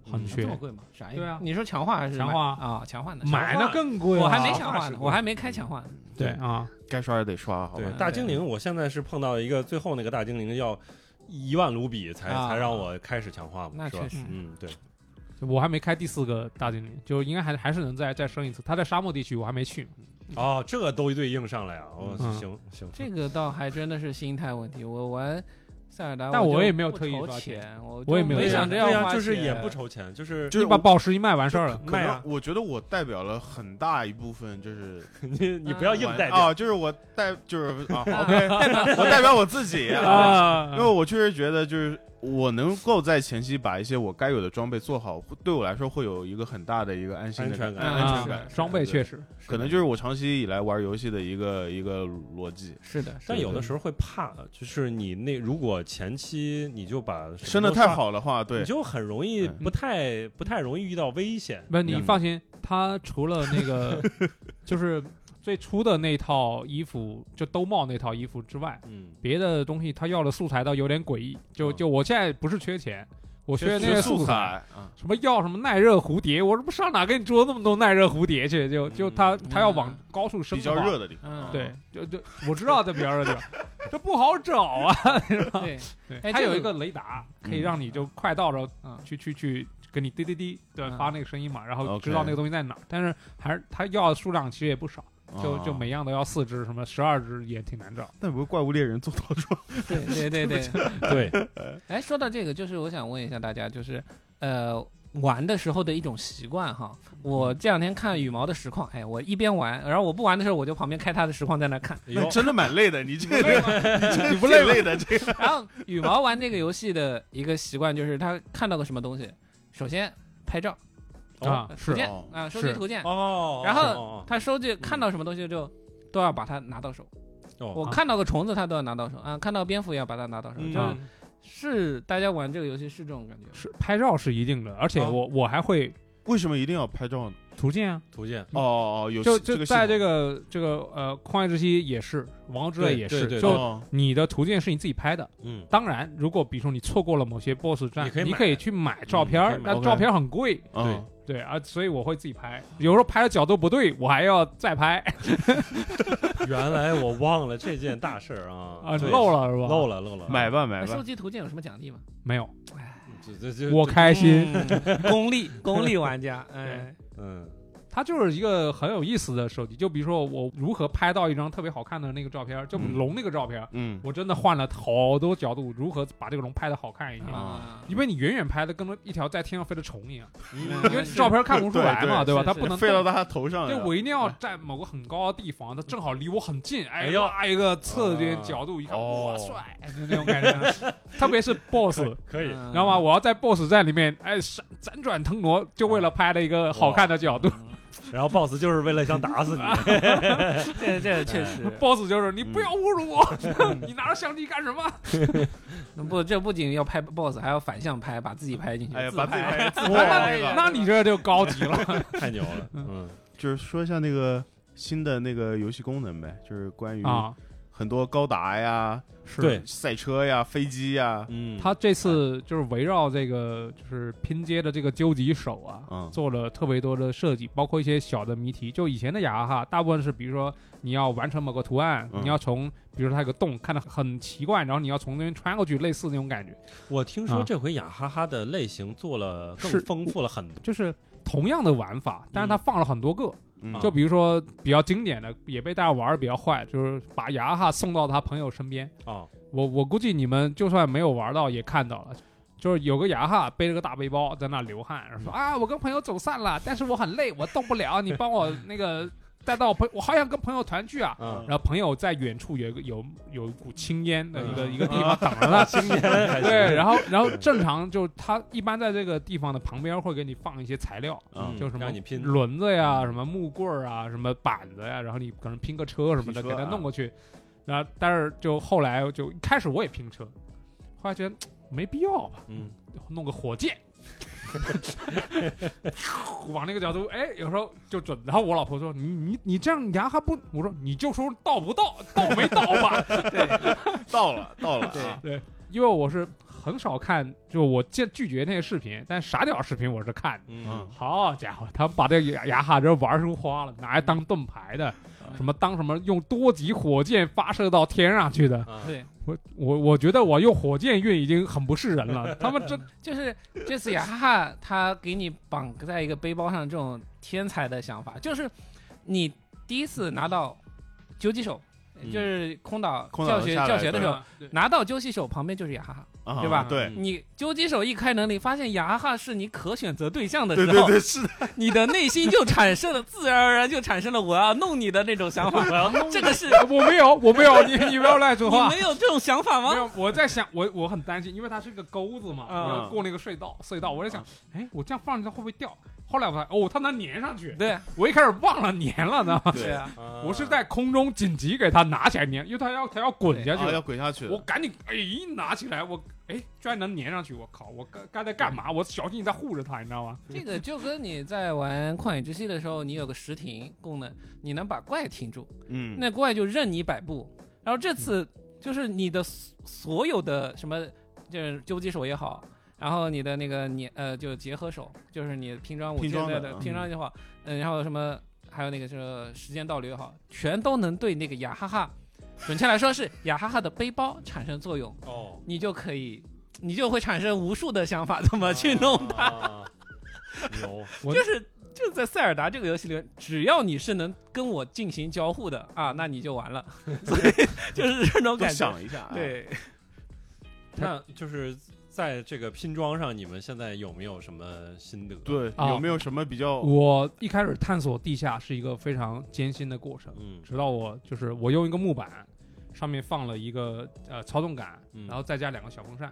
C: 很缺。
D: 这么贵吗？啥意思？
C: 对啊，
D: 你说强化还是
C: 强化
D: 啊？强化的
C: 买那更贵，
D: 我还没强化呢，我还没开强化呢。
C: 对啊，
B: 该刷也得刷，好吧？
A: 对，大精灵，我现在是碰到一个最后那个大精灵要1万卢比才让我开始强化嘛，
D: 那确实，
A: 对。
C: 我还没开第4个大精灵，就应该还是能再升一次。他在沙漠地区，我还没去。
A: 哦，这个都对应上了呀！行，
D: 这个倒还真的是心态问题。我玩塞尔达，
C: 但我也没有特意
D: 花钱，
C: 我也没有
D: 想着要花钱，
A: 就是也不筹钱，就是
C: 你把宝石一卖完事儿了。
B: 卖啊！我觉得我代表了很大一部分，就是
A: 你不要硬代表
B: 啊，就是我就是啊 ，OK， 我代表我自己啊，因为我确实觉得就是。我能够在前期把一些我该有的装备做好，对我来说会有一个很大的一个安全感。
C: 装备确实
B: 可能就是我长期以来玩游戏的一个逻辑。
D: 是的，
A: 但有的时候会怕，就是你如果前期你就把
B: 升得太好的话，对，
A: 你就很容易不太容易遇到危险。
C: 不，你放心，他除了那个就是最初的那套衣服，就兜帽那套衣服之外，别的东西他要的素材倒有点诡异。就我现在不是缺钱，我缺那个素材，什么要什么耐热蝴蝶，我这不上哪给你做那么多耐热蝴蝶去？就他要往高处升，
B: 比较热的地方，
C: 对，就我知道在比较热的地方，这不好找啊。
D: 对，
C: 它有一个雷达，可以让你就快到着去给你滴滴滴，对，发那个声音嘛，然后知道那个东西在哪。但是还是他要的数量其实也不少。就每样都要4只，什么12只也挺难找。
B: 但不是怪物猎人做套装？
D: 对。哎，说到这个，就是我想问一下大家，就是玩的时候的一种习惯哈。我这2天看羽毛的实况，哎，我一边玩，然后我不玩的时候，我就旁边开他的实况在那看。
B: 真的蛮累的，你这个
C: 你不累
B: 的这个。
D: 然后羽毛玩这个游戏的一个习惯就是他看到个什么东西，首先拍照。图件啊，收集图件然后他看到什么东西就都要把它拿到手。我看到个虫子他都要拿到手啊，看到蝙蝠也要把它拿到手。是大家玩这个游戏是这种感觉？
C: 是拍照是一定的，而且我还会。
B: 为什么一定要拍照呢？
C: 图鉴啊，
A: 图鉴
B: 有
C: 就在这个旷野之息也是，王之泪也是，就你的图鉴是你自己拍的。当然，如果比如说你错过了某些 BOSS 战，你可以去买照片，但照片很贵。对啊，所以我会自己拍，有时候拍的角度不对，我还要再拍。
A: 原来我忘了这件大事啊！
C: 漏了是吧？
A: 漏了。
B: 买吧。
D: 收集图鉴有什么奖励吗？
C: 没有。我开心。
D: 功利玩家。
C: 它就是一个很有意思的手机，就比如说我如何拍到一张特别好看的那个照片，就龙那个照片，我真的换了好多角度，如何把这个龙拍的好看一点，因为你远远拍的跟一条在天上飞的虫一样，因为照片看不出来嘛，对吧？它不能
B: 飞到他头上，
C: 对，我一定要在某个很高的地方，它正好离我很近，哎，拉一个侧边角度一看，哇，帅，那种感觉。特别是 BOSS
A: 可以，
C: 知道吗？我要在 BOSS 战里面，哎，辗转腾挪，就为了拍了一个好看的角度。
A: 然后 BOSS 就是为了想打死你。
D: 这确实
C: ，BOSS 就是你不要侮辱我，你拿着相机干什么？
D: 不，这不仅要拍 BOSS， 还要反向拍，把自己拍进去。
B: 把自己拍自拍。
C: 那你这就高级了，
A: 太牛了。
B: 就是说一下那个新的那个游戏功能呗，就是关于很多高达呀。
A: 对，
B: 赛车呀，飞机呀，
C: 他这次就是围绕这个就是拼接的这个究极手啊，做了特别多的设计，包括一些小的谜题。就以前的雅哈大部分是比如说你要完成某个图案，你要从比如说它有个洞看得很奇怪，然后你要从那边穿过去，类似那种感觉。
A: 我听说这回雅哈哈的类型做了更丰富了很多，
C: 就是同样的玩法，但是它放了很多个。就比如说比较经典的，也被大家玩的比较坏，就是把雅哈送到他朋友身边。我估计你们就算没有玩到也看到了，就是有个雅哈背着个大背包在那流汗，说我跟朋友走散了，但是我很累，我动不了，你帮我那个带到我好想跟朋友团聚啊。然后朋友在远处有一股青烟的一个地方挡着他。
A: 青烟。
C: 对，然后正常就他一般在这个地方的旁边会给你放一些材料，就什么轮子呀，什么木棍啊，什么板子呀，然后你可能拼个车什么的给他弄过去。然后但是就后来就一开始我也拼车，后来觉得没必要吧，弄个火箭。往那个角度，哎，有时候就准。然后我老婆说：“你这样牙还不？”我说：“你就说到不到，到没到吧？”对，
B: 到了。
C: 对，因为我是很少看，就我拒绝那些视频，但傻屌视频我是看。好家伙，他把这雅哈这玩出花了，拿来当盾牌的，什么当什么用多级火箭发射到天上去的。
D: 对，
C: 我觉得我用火箭运已经很不是人了。他们
D: 就是这次雅哈他给你绑在一个背包上这种天才的想法，就是你第一次拿到究极手。就是空岛教学的时候，拿到究极手旁边就是雅哈哈，对吧？
B: 对，
D: 你究极手一开能力，发现雅哈哈是你可选择对象的时候，
B: 对，是的，
D: 你的内心就产生了，自然而然就产生了我要弄你的那种想法。我要弄这个是
C: 我没有，你不要乱说话。
D: 你没有这种想法吗？
C: 没有，我在想，我很担心，因为它是个沟子嘛，我要过那个隧道，我在想，我这样放着它会不会掉？后来我发现，它能粘上去。
D: 对，
C: 我一开始忘了粘了呢。
D: 对啊，
C: 我是在空中紧急给它拿起来粘，因为它要滚下去，
B: 要滚下去。
C: 我赶紧一拿起来，居然能粘上去！我靠，我刚才干嘛？我小心翼翼在护着它，你知道吗？
D: 这个就跟你在玩旷野之息的时候，你有个时停功能，你能把怪停住，那怪就任你摆布。然后这次就是你的所有的什么，就是究极手也好。然后你的那个就结合手，就是你拼装武器的拼装也好，然后什么还有那个是时间倒流也好，全都能对那个雅哈哈，准确来说是雅哈哈的背包产生作用。你就会产生无数的想法怎么去弄它。就是在塞尔达这个游戏里，只要你是能跟我进行交互的啊，那你就完了。所以就是这种感觉。
B: 想一下，
D: 对，
A: 那就是。在这个拼装上，你们现在有没有什么心得？
B: 对，有没有什么比较？
C: 我一开始探索地下是一个非常艰辛的过程，直到我用一个木板，上面放了一个操纵杆，然后再加2个小风扇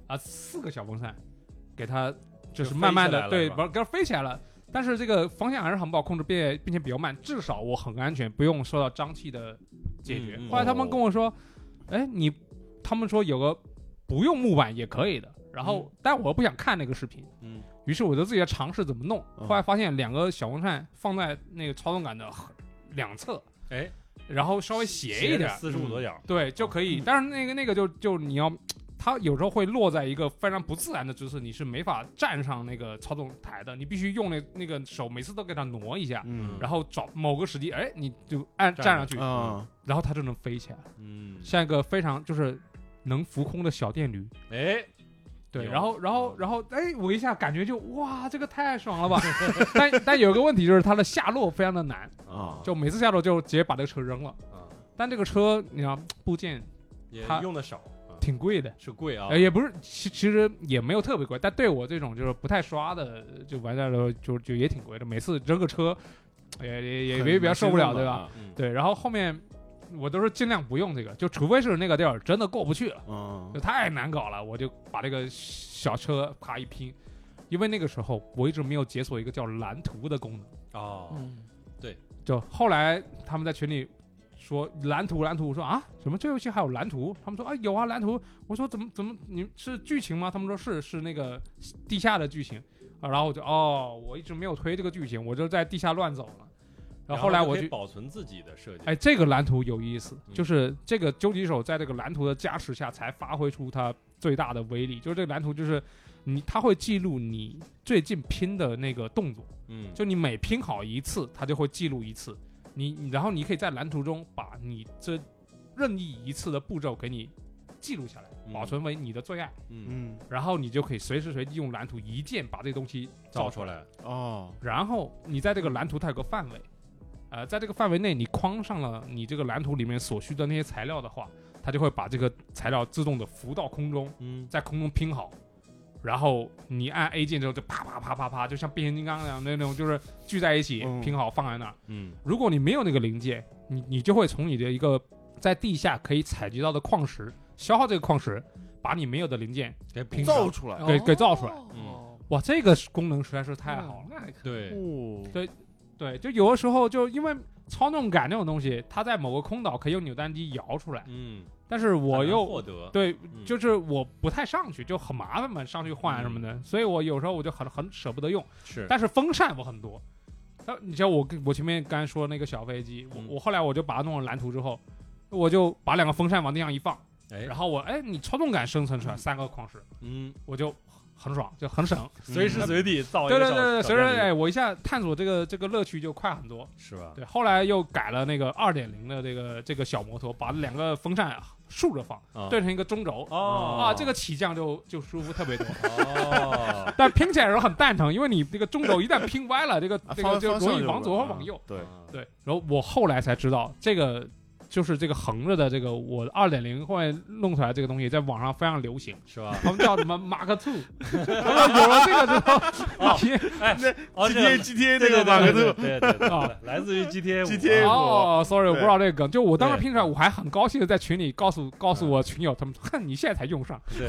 C: ，4个小风扇，给它就是慢慢的对，给它飞起来了。但是这个方向还是很不好控制，并且比较慢，至少我很安全，不用受到瘴气的解决。后来他们跟我说，他们说有个。不用木板也可以的，然后但我不想看那个视频，于是我就自己在尝试怎么弄。后来发现2个小风扇放在那个操纵杆的两侧，然后稍微斜一点
A: ，45度角，
C: 对就可以。但是那个就你要，它有时候会落在一个非常不自然的姿势，你是没法站上那个操纵台的，你必须用那个手每次都给它挪一下，然后找某个时机，你就站上去，然后它就能飞起来，像一个非常就是能浮空的小电驴，对，然后我一下感觉就哇，这个太爽了吧！但有个问题就是它的下落非常的难就每次下落就直接把这个车扔了但这个车你要部件
A: 也用的少，
C: 挺贵的，
A: 是贵
C: 也不是，其实也没有特别贵，但对我这种就是不太刷的就玩家的就也挺贵的，每次扔个车也比较受不了，对吧？对，然后后面。我都是尽量不用这个，就除非是那个地儿真的过不去了，就太难搞了，我就把这个小车啪一拼，因为那个时候我一直没有解锁一个叫蓝图的功能。
A: 对，
C: 就后来他们在群里说蓝图，我说什么这游戏还有蓝图？他们说有蓝图。我说怎么你是剧情吗？他们说是那个地下的剧情然后我就我一直没有推这个剧情，我就在地下乱走了。然后后来我就
A: 保存自己的设计。
C: 这个蓝图有意思，就是这个究极手在这个蓝图的加持下才发挥出它最大的威力。就是这个蓝图就是它会记录你最近拼的那个动作，就你每拼好一次，它就会记录一次。然后你可以在蓝图中把你这任意一次的步骤给你记录下来，保存为你的最爱。然后你就可以随时随地用蓝图一键把这东西造出来。然后你在这个蓝图它有个范围。在这个范围内，你框上了你这个蓝图里面所需的那些材料的话，它就会把这个材料自动的浮到空中，在空中拼好，然后你按 A 键之后就啪啪啪啪啪，就像变形金刚一样那种，就是聚在一起拼好放在那儿。如果你没有那个零件，你就会从你的一个在地下可以采集到的矿石消耗这个矿石，把你没有的零件给拼
B: 造出来，
C: 给造出来。哇，这个功能实在是太好了。对，就有的时候就因为操纵杆那种东西，它在某个空岛可以用扭蛋机摇出来，但是我又
A: 获得
C: 对，就是我不太上去，就很麻烦嘛，上去换什么的，所以我有时候我就很舍不得用。但是风扇我很多。你像我前面刚才说那个小飞机，我后来我就把它弄了蓝图之后，我就把2个风扇往地上一放， 然后你操纵杆生成出来3个矿石，我就很爽，就很省，
A: 随时随地造一个
C: 对，随时我一下探索这个乐趣就快很多，
A: 是吧？
C: 对，后来又改了那个2.0的这个小摩托，把2个风扇竖着放，对成一个中轴，这个起降就舒服特别多，但拼起来的时候很蛋疼，因为你这个中轴一旦拼歪了，这个就容易往左或往右，对，然后我后来才知道这个。就是这个横着的这个，我2.0后来弄出来这个东西，在网上非常流行，
A: 是吧？
C: 他们叫什么 Mark II， 有了这个之后
B: ，GTA 这个 Mark II，
A: 对，来自于
B: GTA。
C: sorry， 我不知道这个梗，就我当时拼出来，我还很高兴的在群里告诉我群友，他们哼，你现在才用上，
A: 对，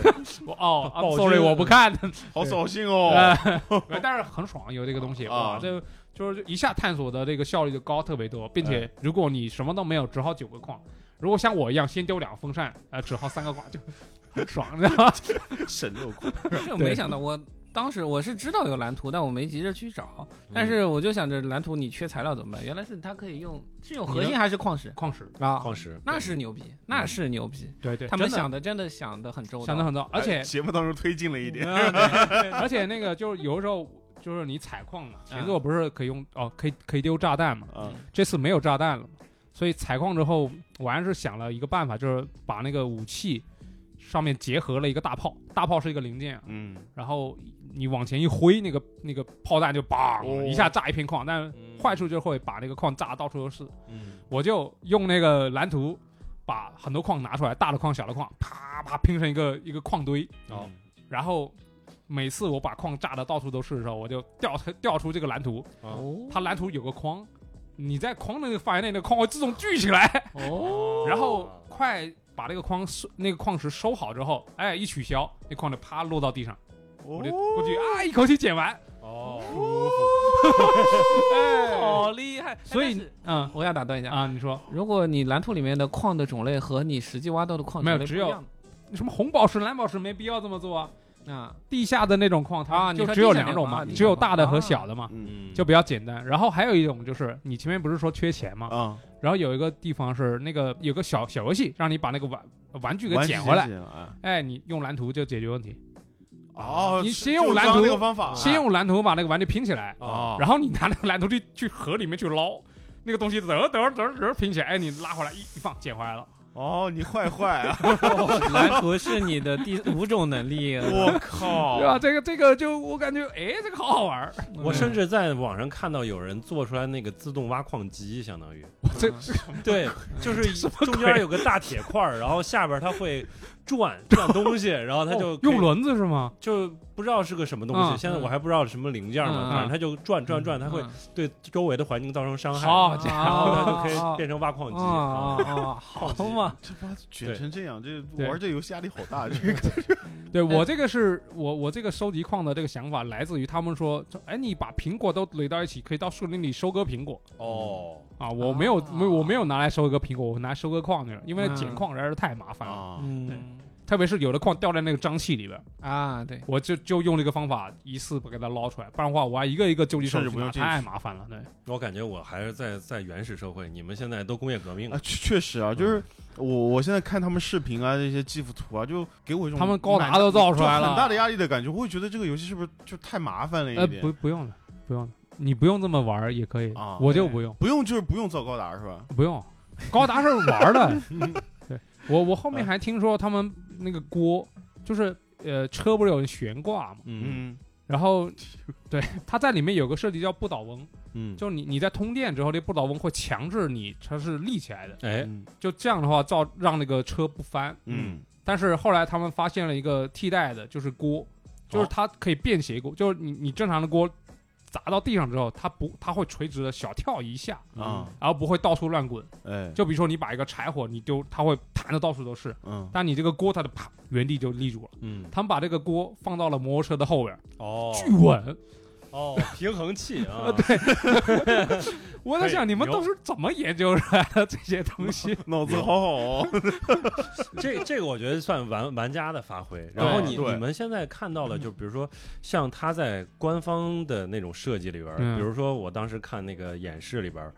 C: sorry， 我不看，
B: 好扫兴哦，
C: 但是很爽，有这个东西，哇，这。就是一下探索的这个效率就高特别多，并且如果你什么都没有，只耗9个矿；如果像我一样先丢2个风扇，只耗3个矿，就很爽，你知道吗？
B: 省6矿。
D: 我没想到，我当时我是知道有蓝图，但我没急着去找。但是我就想着蓝图你缺材料怎么办？原来是它可以用是用核心还是矿石？
C: 矿石，
D: 那是牛逼，那是牛逼。
C: 对，
D: 他们真的想得很周到，
C: 想得很周，而且
B: 节目当中推进了一点，
C: 而且那个就是有的时候。就是你采矿嘛，前作不是可以用可以丢炸弹嘛，这次没有炸弹了，所以采矿之后，我还是想了一个办法，就是把那个武器上面结合了一个大炮，大炮是一个零件，然后你往前一挥，那个炮弹就砰一下炸一片矿，但坏处就会把那个矿炸到处都是，我就用那个蓝图把很多矿拿出来，大的矿小的矿，啪拼成一个矿堆，然后。每次我把矿炸的到处都是的时候，我就调出这个蓝图。它蓝图有个框，你在框的那个范围内，那个框会自动聚起来。然后快把那个矿石收好之后，一取消，那矿就啪落到地上，我就过去一口气捡完。舒服，
D: 好厉害！
C: 所以
D: 我要打断一下
C: 啊，你说，
D: 如果你蓝图里面的矿的种类和你实际挖到的矿种类
C: 只有什么红宝石、蓝宝石，没必要这么做啊。地下的那种矿，
D: 它
C: 就只有2种嘛，只有大的和小的嘛，就比较简单。然后还有一种就是你前面不是说缺钱嘛，然后有一个地方是那个有个小游戏，让你把那个玩具给捡回来，你用蓝图就解决问题。你先用蓝图
B: 那个方法，
C: 先用蓝图把那个玩具拼起来，然后你拿那个蓝图去河里面去捞那个东西，得拼起来，你拉回来一放，捡回来了。
B: 你坏啊！
D: 蓝图是你的第5种能力，
B: 我靠！
C: 对吧？这个就我感觉，这个好玩。
A: 我甚至在网上看到有人做出来那个自动挖矿机，相当于对，就是中间有个大铁块，然后下边它会转东西，然后它就
C: 用轮子是吗？
A: 就不知道是个什么东西，现在我还不知道什么零件呢，反正它就转，它会对周围的环境造成伤害，然后它就可以变成挖矿机。
D: 好嘛！
B: 这把卷成这样，这玩这游戏压力好大。这个，
C: 对我这个是我这个收集矿的这个想法来自于他们说，你把苹果都垒到一起，可以到树林里收割苹果。我没有拿来收割苹果，我拿来收割矿去了，因为捡矿实在是太麻烦了。特别是有的矿掉在那个瘴气里边
D: 对，
C: 我就用这个方法一次把给它捞出来，不然的话我还一个一个救济手续太麻烦了。对，
A: 我感觉我还是在原始社会，你们现在都工业革命了。
B: 确实啊，就是我现在看他们视频啊，这些技术图啊，就给我一种
C: 他们高达都造出来了，
B: 很大的压力的感觉。我会觉得这个游戏是不是就太麻烦了一点？
C: 不用了，你不用这么玩也可以我就不用
B: 就是不用造高达是吧？
C: 不用，高达是玩的。对，我后面还听说他们那个锅就是车不是有悬挂嘛，然后对它在里面有个设计叫不倒翁，就你在通电之后，这不倒翁会强制你车是立起来的，就这样的话让那个车不翻，但是后来他们发现了一个替代的，就是锅，就是它可以便携锅，就是你正常的锅砸到地上之后，它会垂直的小跳一下，然后不会到处乱滚。就比如说你把一个柴火你丢，它会弹的到处都是。但你这个锅它的啪原地就立住了。他们把这个锅放到了摩托车的后边，巨稳。
A: 平衡器啊！
C: 对，我在想你们都是怎么研究出来的这些东西？
B: 脑子好好哦。
A: 这个我觉得算玩家的发挥。然后你们现在看到了，就比如说像他在官方的那种设计里边，比如说我当时看那个演示里边，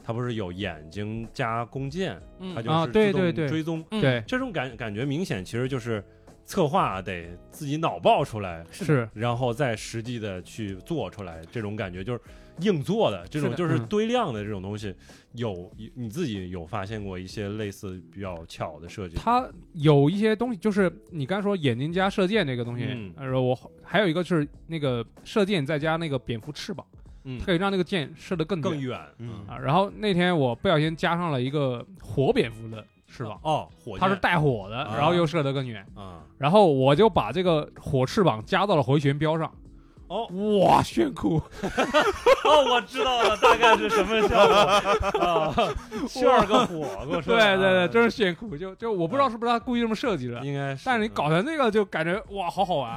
A: 它不是有眼睛加弓箭，它就
C: 是自动
A: 追踪，
C: 对，
A: 这种感觉明显其实就是策划得自己脑爆出来，
C: 是，
A: 然后再实际的去做出来，这种感觉就是硬做的这种，就是堆量的这种东西。你自己有发现过一些类似比较巧的设计？
C: 它有一些东西，就是你刚才说眼睛加射箭这个东西，我还有一个是那个射箭再加那个蝙蝠翅膀，它可以让那个箭射得更
A: 远。
C: 然后那天我不小心加上了一个火蝙蝠的翅膀，它是带火的，然后又射得更远。然后我就把这个火翅膀加到了回旋镖上。哇，炫酷！
A: 我知道了，大概是什么效果炫个火，给我说。
C: 对，真是炫酷！就我不知道是不是他故意这么设计的，
A: 应该是。
C: 但是你搞成这个，就感觉哇，好好玩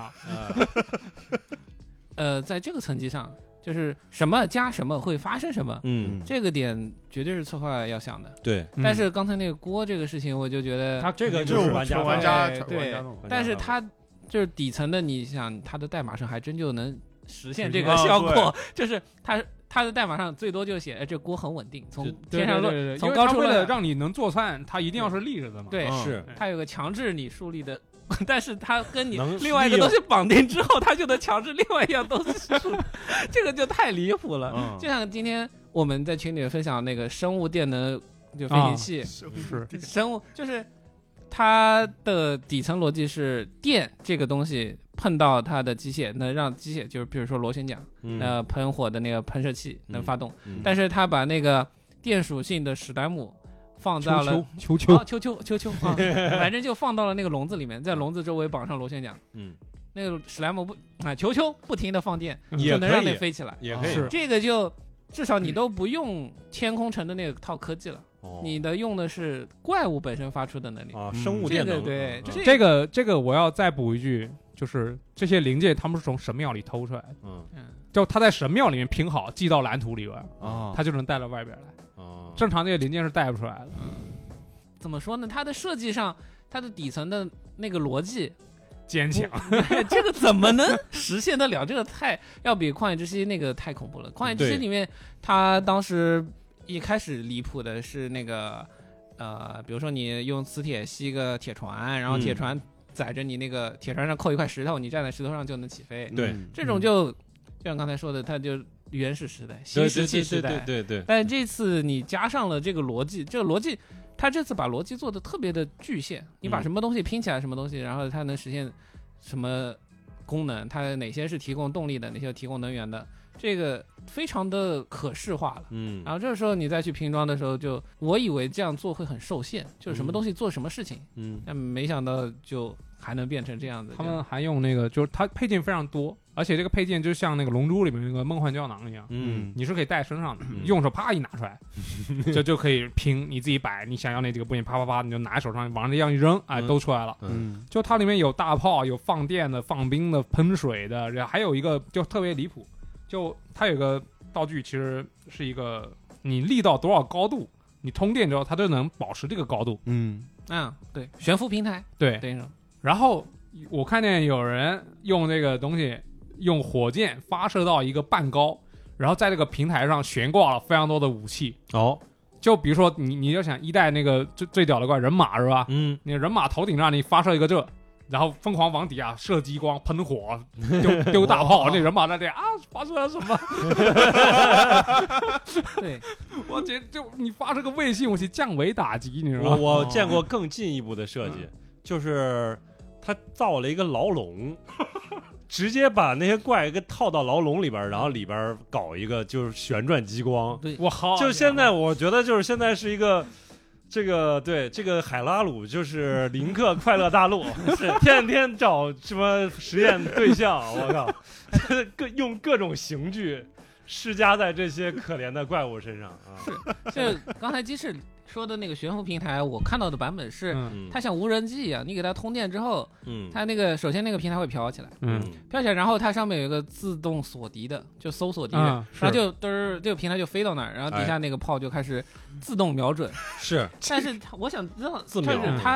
D: 啊！在这个层级上，就是什么加什么会发生什么，这个点绝对是策划要想的。
A: 对。
D: 但是刚才那个锅这个事情，我就觉得
A: 他这个就是玩
B: 家
D: 对，但是他。就是底层的，你想它的代码上还真就能实现这个效果，就是它的代码上最多就写，这锅很稳定，从天上落，从高处
C: 为了让你能做饭，它一定要是立着的嘛。
D: 对，
A: 是
D: 它有个强制你竖立的，但是它跟你另外一个东西绑定之后，它就能强制另外一样东西竖，这个就太离谱了。就像今天我们在群里分享那个生物电能就飞行器，
C: 是
D: 生物就是。它的底层逻辑是电这个东西碰到它的机械，能让机械就是比如说螺旋桨，喷火的那个喷射器能发动，但是它把那个电属性的史莱姆放到了
C: 球
D: 啊，反正就放到了那个笼子里面，在笼子周围绑上螺旋桨，那个史莱姆球不停的放电，就能让你飞起来，
A: 也可以，
D: 这个就至少你都不用天空城的那套科技了。你的用的是怪物本身发出的能力
A: 生物电能。
D: 对，
C: 这个我要再补一句，就是这些零件他们是从神庙里偷出来的，就他在神庙里面拼好，寄到蓝图里边，他就能带到外边来。正常这些零件是带不出来的。
D: 怎么说呢？它的设计上，它的底层的那个逻辑
C: 坚强，
D: 这个怎么能实现得了？这个要比旷野之息那个太恐怖了。旷野之息里面，他当时。一开始离谱的是那个，比如说你用磁铁吸一个铁船，然后铁船载着你那个铁船上扣一块石头，你站在石头上就能起飞。
A: 对，
D: 这种就像刚才说的，它就原始时代、新石器时代。
A: 对。
D: 但这次你加上了这个逻辑，它这次把逻辑做的特别的具现，你把什么东西拼起来什么东西，然后它能实现什么功能，它哪些是提供动力的，哪些提供能源的。这个非常的可视化了，然后这个时候你再去拼装的时候，我以为这样做会很受限，就是什么东西做什么事情，但没想到就还能变成这样子。
C: 他们还用那个，就是它配件非常多，而且这个配件就像那个《龙珠》里面那个梦幻胶囊一样，你是可以带身上的，用手啪一拿出来，就可以拼，你自己摆，你想要那几个部件啪啪啪，你就拿在手上往这样一扔，都出来了。就它里面有大炮，有放电的、放冰的、喷水的，然后还有一个就特别离谱。就它有个道具，其实是一个你立到多少高度，你通电之后，它就能保持这个高度。
D: 对，悬浮平台。
C: 对。然后我看见有人用这个东西，用火箭发射到一个半高，然后在这个平台上悬挂了非常多的武器。就比如说你就想一代那个最屌的怪人马是吧？你人马头顶上你发射一个这。然后疯狂往底下射激光、喷火、丢大炮，那人马在这发射了什么？
D: 对，
C: 我觉得就你发射个卫星武器降维打击，你知道吗？
A: 我见过更进一步的设计，就是他造了一个牢笼，直接把那些怪给套到牢笼里边，然后里边搞一个就是旋转激光。
D: 对，
C: 我好，
A: 就现在我觉得就是现在是一个。这个海拉鲁就是林克快乐大陆，是天天找什么实验对象，我靠，用各种刑具施加在这些可怜的怪物身上啊！
D: 是，就刚才鸡翅说的那个悬浮平台，我看到的版本是，它像无人机一样，你给它通电之后，它那个首先那个平台会飘起来，飘起来，然后它上面有一个自动锁敌的，就搜索敌人，然后就这个平台就飞到那儿，然后底下那个炮就开始自动瞄准。
A: 是，
D: 但是我想知道，
A: 自瞄，
D: 它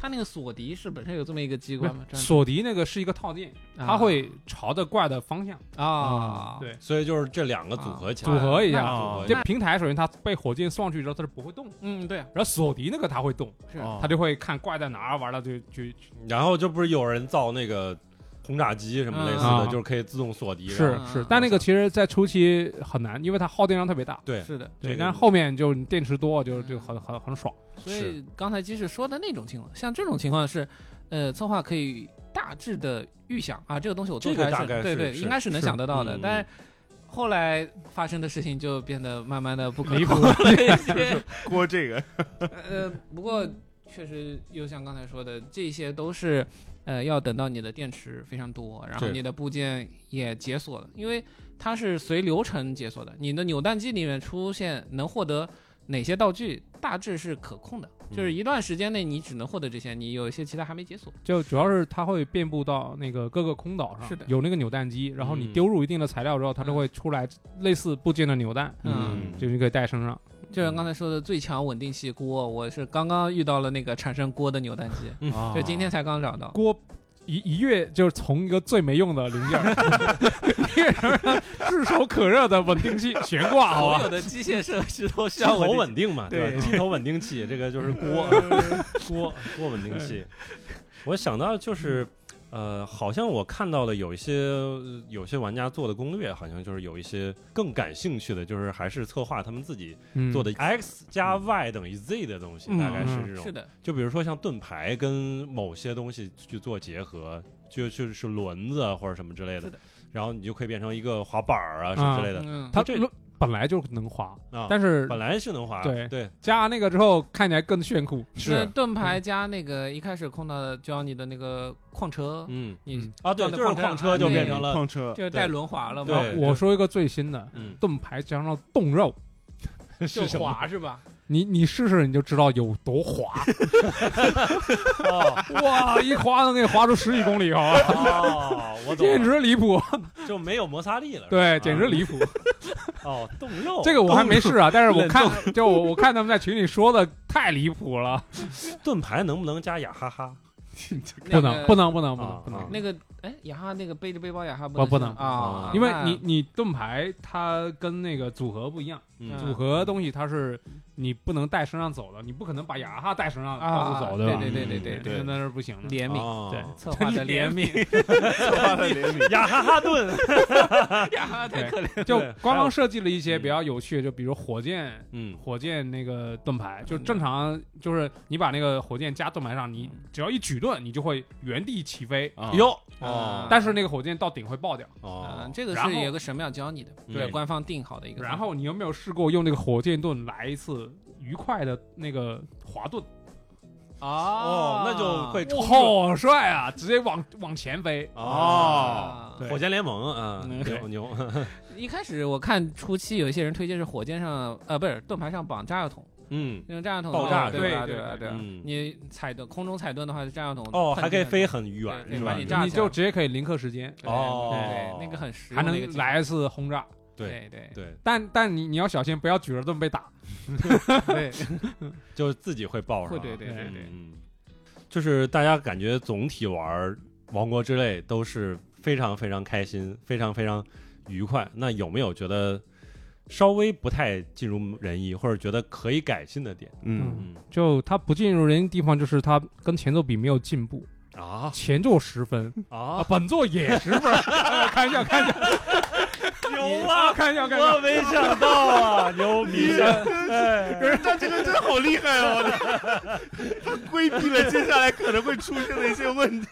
D: 它那个锁敌是本身有这么一个机关吗？
C: 锁敌那个是一个套件，它会朝着怪的方向
D: 啊。
C: 对，
A: 所以就是这两个组合起
C: 来，组合一下。这平台首先它被火箭送上去之后，它是不会动。
D: 对。
C: 然后锁敌那个它会动，它就会看怪在哪儿，完了就。
A: 然后这不是有人造那个轰炸机什么类似的，就是可以自动锁敌。
C: 是，但那个其实在初期很难，因为它耗电量特别大。
A: 对，
D: 是的，
C: 对。但是后面就你电池多，就很爽。
D: 所以刚才即使说的那种情况，像这种情况是，策划可以大致的预想啊，这个东西我做出来是，对，应该是能想得到的。但是后来发生的事情就变得慢慢的不可控了一些。
B: 过这个，
D: 不过确实又像刚才说的，这些都是要等到你的电池非常多，然后你的部件也解锁了，因为它是随流程解锁的。你的扭蛋机里面出现能获得哪些道具，大致是可控的，就是一段时间内你只能获得这些，你有一些其他还没解锁。
C: 就主要是它会遍布到那个各个空岛上，
D: 是的，
C: 有那个扭蛋机，然后你丢入一定的材料之后，它就会出来类似部件的扭蛋，就你可以带身上。
D: 就像刚才说的最强稳定器锅，我是刚刚遇到了那个产生锅的扭蛋机，就今天才刚找到
C: 锅。一跃就是从一个最没用的零件变成炙手可热的稳定器悬挂，好吧？
D: 所有的机械设施都
A: 机头稳定嘛，对，机头稳定器，这个就是锅稳定器。我想到就是。好像我看到了有些玩家做的攻略，好像就是有一些更感兴趣的，就是还是策划他们自己做的 X 加 Y 等于 Z 的东西，大概是这种。
D: 是的，
A: 就比如说像盾牌跟某些东西去做结合，就是轮子或者什么之类的，然后你就可以变成一个滑板啊什么之类的。
C: 它这本来就能滑，但是
A: 本来是能滑，对，
C: 加那个之后看起来更炫酷。
D: 是盾牌加那个一开始控到的教你的那个矿车，
A: 对，就是矿车就变成了
B: 矿车，
D: 就带轮滑了嘛。
C: 我说一个最新的，盾牌加上冻肉，
D: 就滑是吧？
C: 你试试你就知道有多滑。哇，一滑能给你滑出10几公里，好吧？
A: 我懂，
C: 简直离谱，
A: 就没有摩擦力了。
C: 对，简直离谱。
A: 冻肉，
C: 这个我还没试啊，但是我看他们在群里说的太离谱了。
A: 盾牌能不能加雅哈哈？
C: 不能。
D: 那个雅哈那个背着背包雅哈
C: 不能
D: 啊，
C: 因为你盾牌它跟那个组合不一样，组合东西它是你不能带身上走的，你不可能把雅哈带身上到处走的。
D: 对，
C: 那是不行的。
D: 怜悯，
C: 对，
D: 策划的怜悯，
B: 策划的怜悯，
A: 雅哈哈盾，
D: 雅哈太可怜。
C: 就官方设计了一些比较有趣的，就比如火箭那个盾牌，就正常就是你把那个火箭加盾牌上，你只要一举盾，你就会原地起飞。但是那个火箭到顶会爆掉。
D: 这个是有个神庙教你的，对，官方定好的一个。
C: 然后你有没有试过用那个火箭盾来一次愉快的那个滑盾？
A: 那就会
C: 好帅啊！直接往前飞。
A: 火箭联盟牛。
D: 一开始我看初期有一些人推荐是火箭上不是盾牌上绑炸药桶。用炸药桶
A: 爆炸，
D: 对，你空中踩盾的话，炸药桶
A: 还可以飞很远，是吧？
C: 你就直接可以零刻时间。
D: 对，那个很实用，
C: 还能来一次轰炸。
A: 对，
C: 但你要小心，不要举着盾被打。
D: 对，
A: 就自己会爆上。
D: 对，
A: 就是大家感觉总体玩王国之泪都是非常非常开心，非常非常愉快。那有没有觉得稍微不太尽如人意，或者觉得可以改进的点？
C: 就它不尽如人意的地方，就是它跟前作比没有进步
A: 啊。
C: 前作10分本作也10分，看一下。
A: 牛啊！
C: 看一下，
A: 我没想到啊，牛逼！
B: 可是他这个真好厉害哦，他规避了接下来可能会出现的一些问题。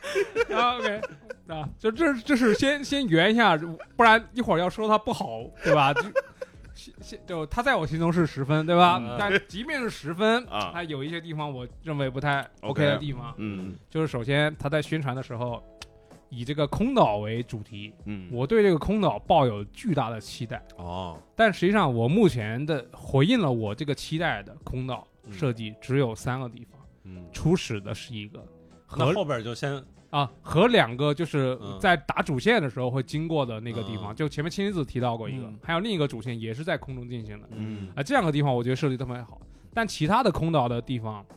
C: OK， 就这是先圆一下，不然一会儿要说他不好，对吧？就他在我心中是10分，对吧？但即便是10分他有一些地方我认为不太 OK 的地方。就是首先他在宣传的时候以这个空岛为主题，我对这个空岛抱有巨大的期待但实际上我目前的回应了我这个期待的空岛设计只有3个地方，初始的是一个，
A: 那后边就先
C: 和2个就是在打主线的时候会经过的那个地方，就前面青离子提到过一个，还有另一个主线也是在空中进行的，这2个地方我觉得设计特别好，但其他的空岛的地方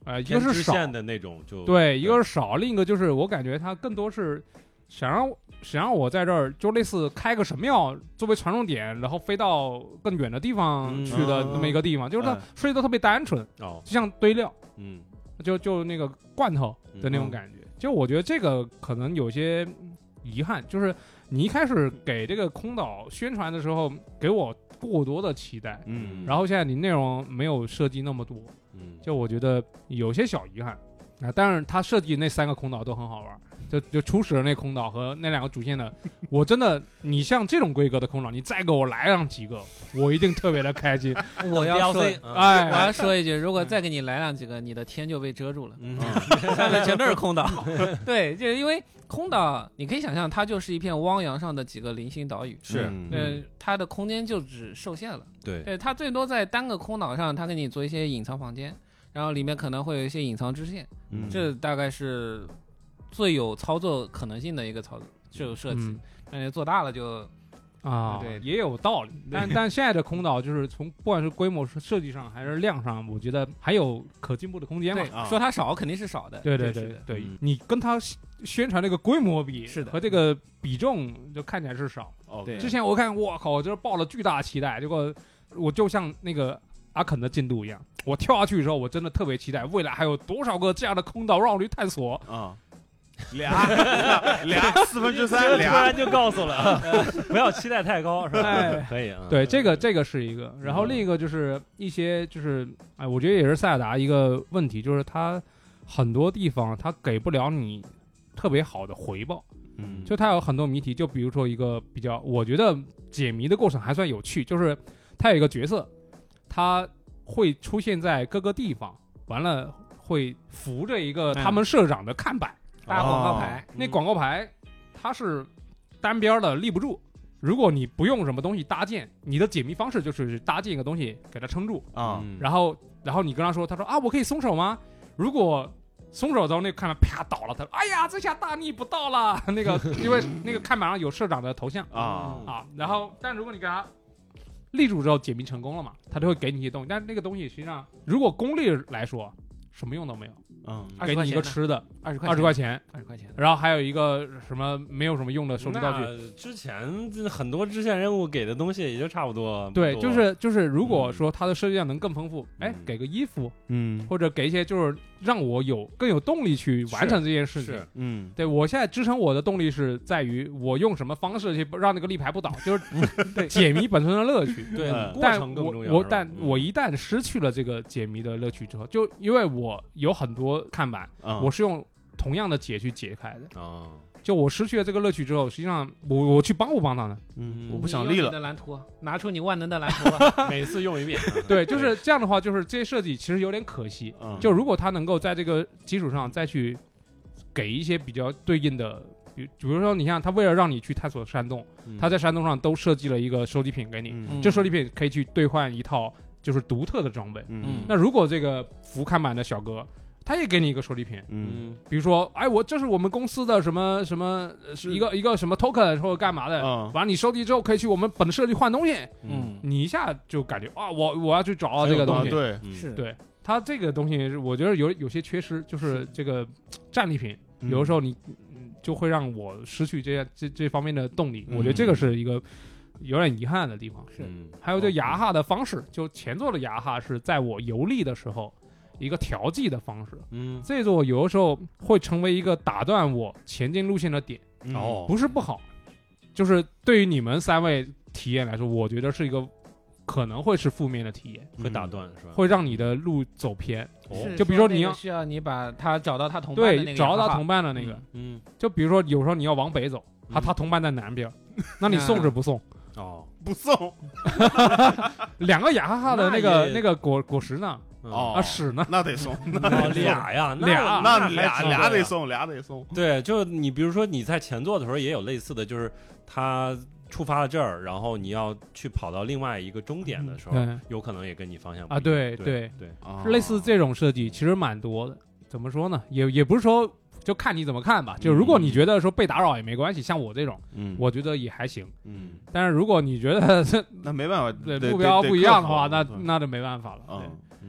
C: 一个是少
A: 的那种就
C: 对，一个是少，另一个就是我感觉它更多是想让我在这儿就类似开个神庙作为传送点，然后飞到更远的地方去的那么一个地方，就是它设计的特别单纯，就像堆料，就那个罐头的那种感觉。就我觉得这个可能有些遗憾，就是你一开始给这个空岛宣传的时候给我过多的期待，然后现在你内容没有设计那么多，就我觉得有些小遗憾啊。但是他设计那3个空岛都很好玩。就初始的那空岛和那2个主线的，我真的，你像这种规格的空岛，你再给我来上几个，我一定特别的开心。
D: 我要说一句，如果再给你来上几个，你的天就被遮住了，下面全都是空岛。对，就因为空岛，你可以想象它就是一片汪洋上的几个零星岛屿，
A: 是，
D: 它的空间就只受限了。
A: 对，
D: 它最多在单个空岛上，它给你做一些隐藏房间，然后里面可能会有一些隐藏支线，这大概是最有操作可能性的一个这种设计，但是做大了就对，
C: 也有道理。但现在的空岛就是从不管是规模设计上还是量上，我觉得还有可进步的空间嘛。
D: 说它少肯定是少的，
C: 对，你跟它宣传那个规模比，
D: 是的，
C: 和这个比重就看起来是少。
D: 对，
C: 之前我看，我靠，我就是抱了巨大期待，结果我就像那个阿肯的进度一样，我跳下去的时候，我真的特别期待未来还有多少个这样的空岛让我去探索
B: 啊。3/4，
A: 突然就告诉了，不要期待太高，是吧？可以啊。
C: 对，这个是一个，然后另一个就是一些就是我觉得也是塞尔达一个问题，就是它很多地方它给不了你特别好的回报。就它有很多谜题，就比如说一个比较，我觉得解谜的过程还算有趣，就是它有一个角色，他会出现在各个地方，完了会扶着一个他们社长的看板。
D: 大广告牌，
C: 那广告牌它是单边的，立不住。如果你不用什么东西搭建，你的解谜方式就是搭建一个东西给它撑住然后你跟他说，他说我可以松手吗？如果松手之后，那个看板啪倒了，他说哎呀，这下大逆不道了。那个因为那个看板上有社长的头像然后但如果你给他立住之后，解谜成功了嘛，他就会给你一些东西，但是那个东西实际上如果功利来说什么用都没有。给你一个吃的，20块钱，然后还有一个什么没有什么用的收集道具。
A: 之前很多支线任务给的东西也就差不多。
C: 对，就是如果说它的设计量能更丰富，给个衣服，或者给一些就是让我更有动力去完成这件事情。对，我现在支撑我的动力是在于我用什么方式去让那个立牌不倒，就是对解谜本身的乐趣。
A: 对，过程更重要。
C: 但我一旦失去了这个解谜的乐趣之后，就因为我有很多看板，我是用同样的解去解开的就我失去了这个乐趣之后，实际上我去帮不帮他呢？
B: 我不想立了。
D: 你的蓝图，拿出你万能的蓝图，
A: 每次用一遍。
C: 对，就是这样的话，就是这些设计其实有点可惜。就如果他能够在这个基础上再去给一些比较对应的，比如说你像他为了让你去探索山洞，他在山洞上都设计了一个收集品给你，这收集品可以去兑换一套就是独特的装备。那如果这个扶看板的小哥，他也给你一个收集品，比如说，这是我们公司的什么什么，是一个什么 token 或者干嘛的，完了你收集之后可以去我们本社去换东西，你一下就感觉我要去找到这个东西，
B: 对，
D: 是
C: 对，他这个东西我觉得有些缺失，就是这个战利品，有的时候你就会让我失去这方面的动力，我觉得这个是一个有点遗憾的地方。
D: 是，
C: 还有就雅哈的方式，就前作的雅哈是在我游历的时候一个调剂的方式，这座有的时候会成为一个打断我前进路线的点，不是不好，就是对于你们3位体验来说，我觉得是一个可能会是负面的体验，
A: 会打断是吧？
C: 会让你的路走偏。就比如说你
D: 需要你把他找到他同伴的那个，
C: 对，找到他同伴的那个，就比如说有时候你要往北走，他同伴在南边，那你送是不送？
B: 不送。
C: 2个雅哈的那个果实呢？屎呢？
B: 那得送。
A: 俩呀，
B: 俩得送，俩得送。
A: 对，就你比如说你在前作的时候也有类似的，就是他出发了这儿，然后你要去跑到另外一个终点的时候，有可能也跟你方向不一样。
C: 对，类似这种设计其实蛮多的。怎么说呢？也不是说就看你怎么看吧。就如果你觉得说被打扰也没关系，像我这种，我觉得也还行。但是如果你觉得
B: 那没办法，
C: 对目标不一样的话，那就没办法了。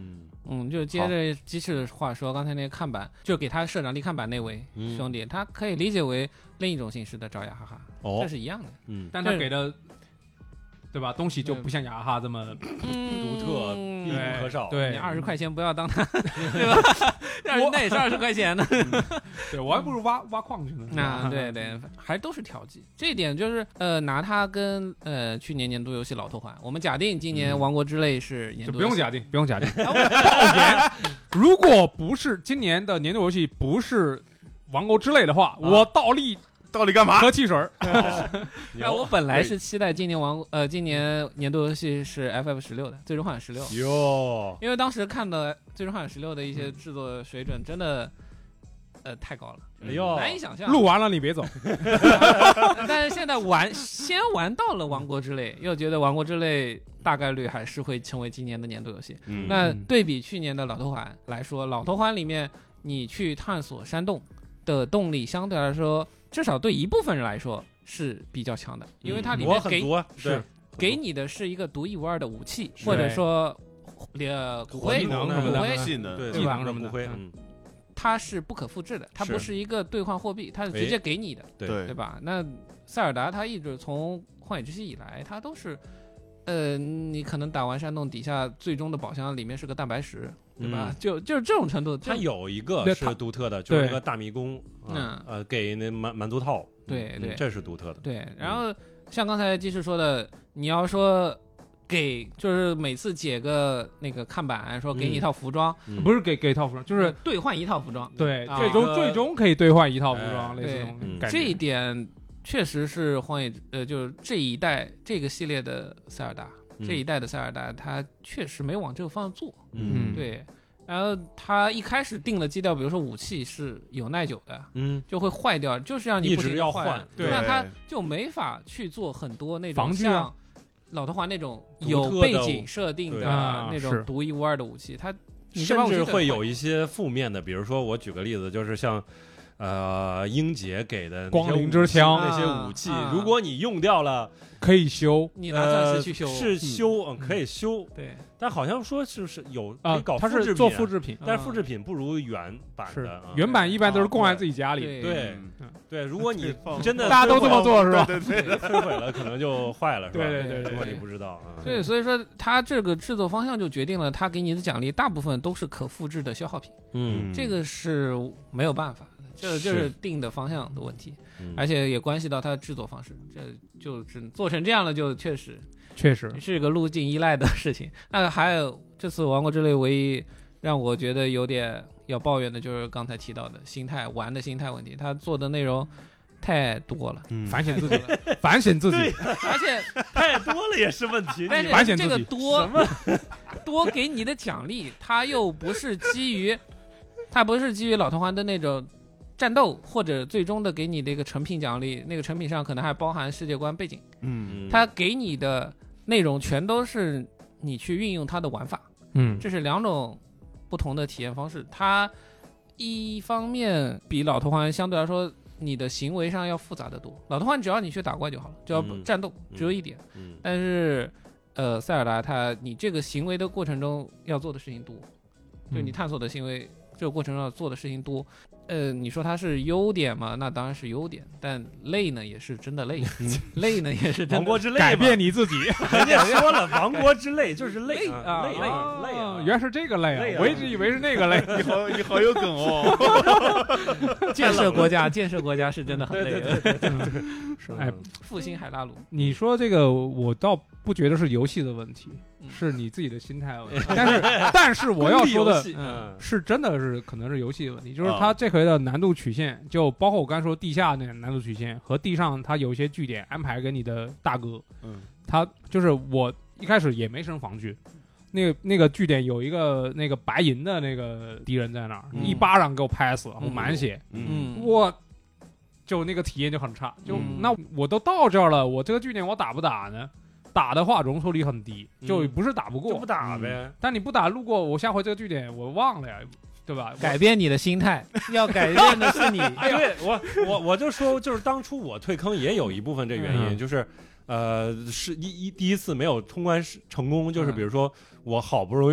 D: 就接着鸡翅的话说，刚才那个看板，就给他社长立看板那位兄弟，他可以理解为另一种形式的找雅哈哈，这是一样的。
C: 但他给的，对吧？东西就不像雅哈哈这么
A: 独特、必不可少。
C: 对，
D: 你20块钱不要当他，对吧？那也是20块钱呢。
C: 对，我还不如挖矿去呢。
D: 对，还都是调剂。这一点就是拿它跟去年年度游戏老头环，我们假定今年《王国之泪》是年度，
C: 不用假定，爆点。如果不是今年的年度游戏不是《王国之泪》的话，我倒立
B: 干嘛？
C: 喝汽水。
D: 我本来是期待今年年度游戏是 FF16的《最终幻想16》
A: 哟，
D: 因为当时看的《最终幻想16》的一些制作水准真的太高了，难以想象。
C: 录完了你别走。
D: 但是现在先玩到了《王国之泪》，又觉得《王国之泪》大概率还是会成为今年的年度游戏。那对比去年的老头环来说，老头环里面你去探索山洞的动力相对来说，至少对一部分人来说是比较强的，因为它里面给你的是一个独一无二的武器，或者说骨灰
C: 技能什么的，
B: 技能
C: 什么的，
D: 它是不可复制的，它不是一个兑换货币，它是直接给你的，对吧？那塞尔达它一直从荒野之息以来，它都是你可能打完山洞底下最终的宝箱里面是个蛋白石，对吧？就是这种程度。
A: 它有一个是独特的，就是那个大迷宫，给那满足套，
D: 对，
A: 这是独特的。
D: 对，然后像刚才技师说的，你要说就是每次解个那个看板说给你一套服装，
C: 不是给一套服装，就是
D: 兑换一套服装。
C: 对，最终可以兑换一套服装，类似这种感觉。
D: 这一点确实是荒野就是这一代这个系列的塞尔达，这一代的塞尔达，它确实没往这个方向做。对。然后他一开始定了基调，比如说武器是有耐久的，就会坏掉，就是让你不停地换，那他就没法去做很多那种像老头环那种有背景设定的那种独一无二的武器，它
A: 甚至会有一些负面的，比如说我举个例子，就是像英杰给的
C: 光灵之枪
A: 那些武器，如果你用掉了
C: 可以修，
D: 你拿钻石去修，
A: 是修，可以修，
D: 对。
A: 但好像说是有可以搞
C: 它是做复制品，
A: 但是复制品不如原版的，
C: 原版一般都是供在自己家里。
A: 对，如果你真的
C: 大家都这么做是吧？
A: 对，摧毁了可能就坏了，是吧？
C: 对，
A: 如果你不知道
D: 对，所以说它这个制作方向就决定了，它给你的奖励大部分都是可复制的消耗品。这个是没有办法的，这就是定的方向的问题，而且也关系到它的制作方式，这就只做成这样了，就确实是个路径依赖的事情。那还有这次《王国之泪》唯一让我觉得有点要抱怨的就是刚才提到的玩的心态问题，他做的内容太多了，
C: 反省自己，反省自己，
D: 而且
A: 太多了也是问题。
C: 反省自己，
D: 这个多给你的奖励，它又不是基于老头环的那种战斗，或者最终的给你的一个成品奖励，那个成品上可能还包含世界观背景。它给你的内容全都是你去运用它的玩法。这是两种不同的体验方式。它一方面比老头环相对来说你的行为上要复杂得多，老头环只要你去打怪就好了，只要战斗，只有一点。但是塞尔达你这个行为的过程中要做的事情多，就你探索的行为这个过程中要做的事情多。你说它是优点嘛？那当然是优点，但累呢也是真的累，累呢也是真的。
A: 王国之泪
C: 改变你自己，
A: 人家说了，王国之泪就是累
D: 啊，
A: 累啊，
C: 原来是这个累啊！我一直以为是那个累。
B: 你好有梗哦！
D: 建设国家是真的很累。
C: 哎，
D: 复兴海拉鲁，
C: 你说这个我倒不觉得是游戏的问题，是你自己的心态问题。但是我要说的是，真的是可能是游戏的问题，就是它这回的难度曲线，就包括我刚才说地下那个难度曲线和地上它有一些据点安排给你的大哥，他就是我一开始也没升防具，那个据点有一个那个白银的那个敌人在那儿，一巴掌给我拍死，我满血，我就那个体验就很差，就那我都到这儿了，我这个据点我打不打呢？打的话容错率很低，就不是打不过，
A: 就不打呗。
C: 但你不打，路过我下回这个据点我忘了呀，对吧？
D: 改变你的心态，要改变的是你。
A: 对，我就说，就是当初我退坑也有一部分这原因，就是是第一次没有通关成功，就是比如说我好不容易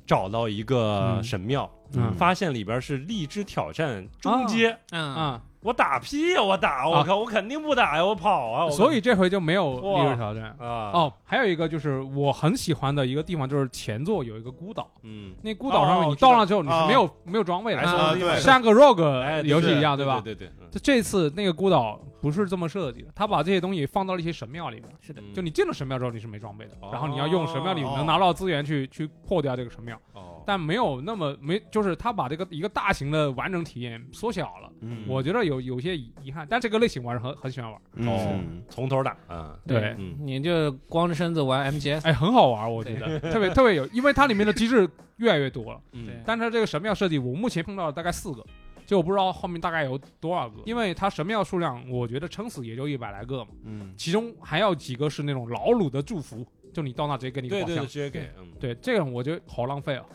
A: 找到一个神庙，发现里边是荔枝挑战中阶，我打屁呀！我靠！我肯定不打呀！我跑啊！
C: 所以这回就没有荔枝挑战啊。还有一个就是我很喜欢的一个地方，就是前座有一个孤岛。那孤岛上面你到了之后你是没有装备的，像个 rogue 游戏一样，对吧？
A: 对。
C: 这次那个孤岛不是这么设计的，他把这些东西放到了一些神庙里面。
D: 是的，
C: 就你进了神庙之后你是没装备的，然后你要用神庙里能拿到资源去破掉这个神庙。但没有那么就是他把这个一个大型的完整体验缩小了。我觉得有些遗憾，但这个类型我是很喜欢玩。
A: 从头打
C: 对，
D: 你就光着身子玩 MGS，
C: 很好玩，我觉得特别有，因为它里面的机制越来越多了。但是这个神庙设计，我目前碰到了大概4个，就我不知道后面大概有多少个，因为它神庙数量，我觉得撑死也就100来个嘛。其中还有几个是那种老鲁的祝福。就你到那直接给你个宝箱，
A: 直接给，
C: 对这个我觉得好浪费啊！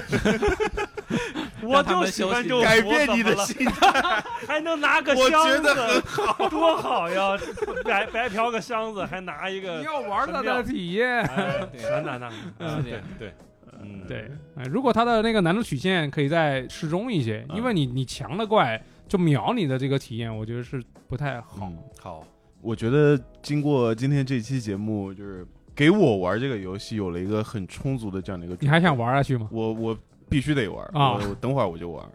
A: 我就喜欢这种
B: 改变你的心态，
A: 还能拿个箱子，我觉得很好，多好呀！白嫖个箱子，还拿一个，
C: 你要玩它的体验，
A: 对，
C: 如果它的那个难度曲线可以再适中一些，因为你强的怪就秒你的这个体验，我觉得是不太好。
A: 好，
B: 我觉得经过今天这期节目，就是给我玩这个游戏有了一个很充足的这样的一个。
C: 你还想玩下去吗？
B: 我必须得玩啊！我等会儿我就玩。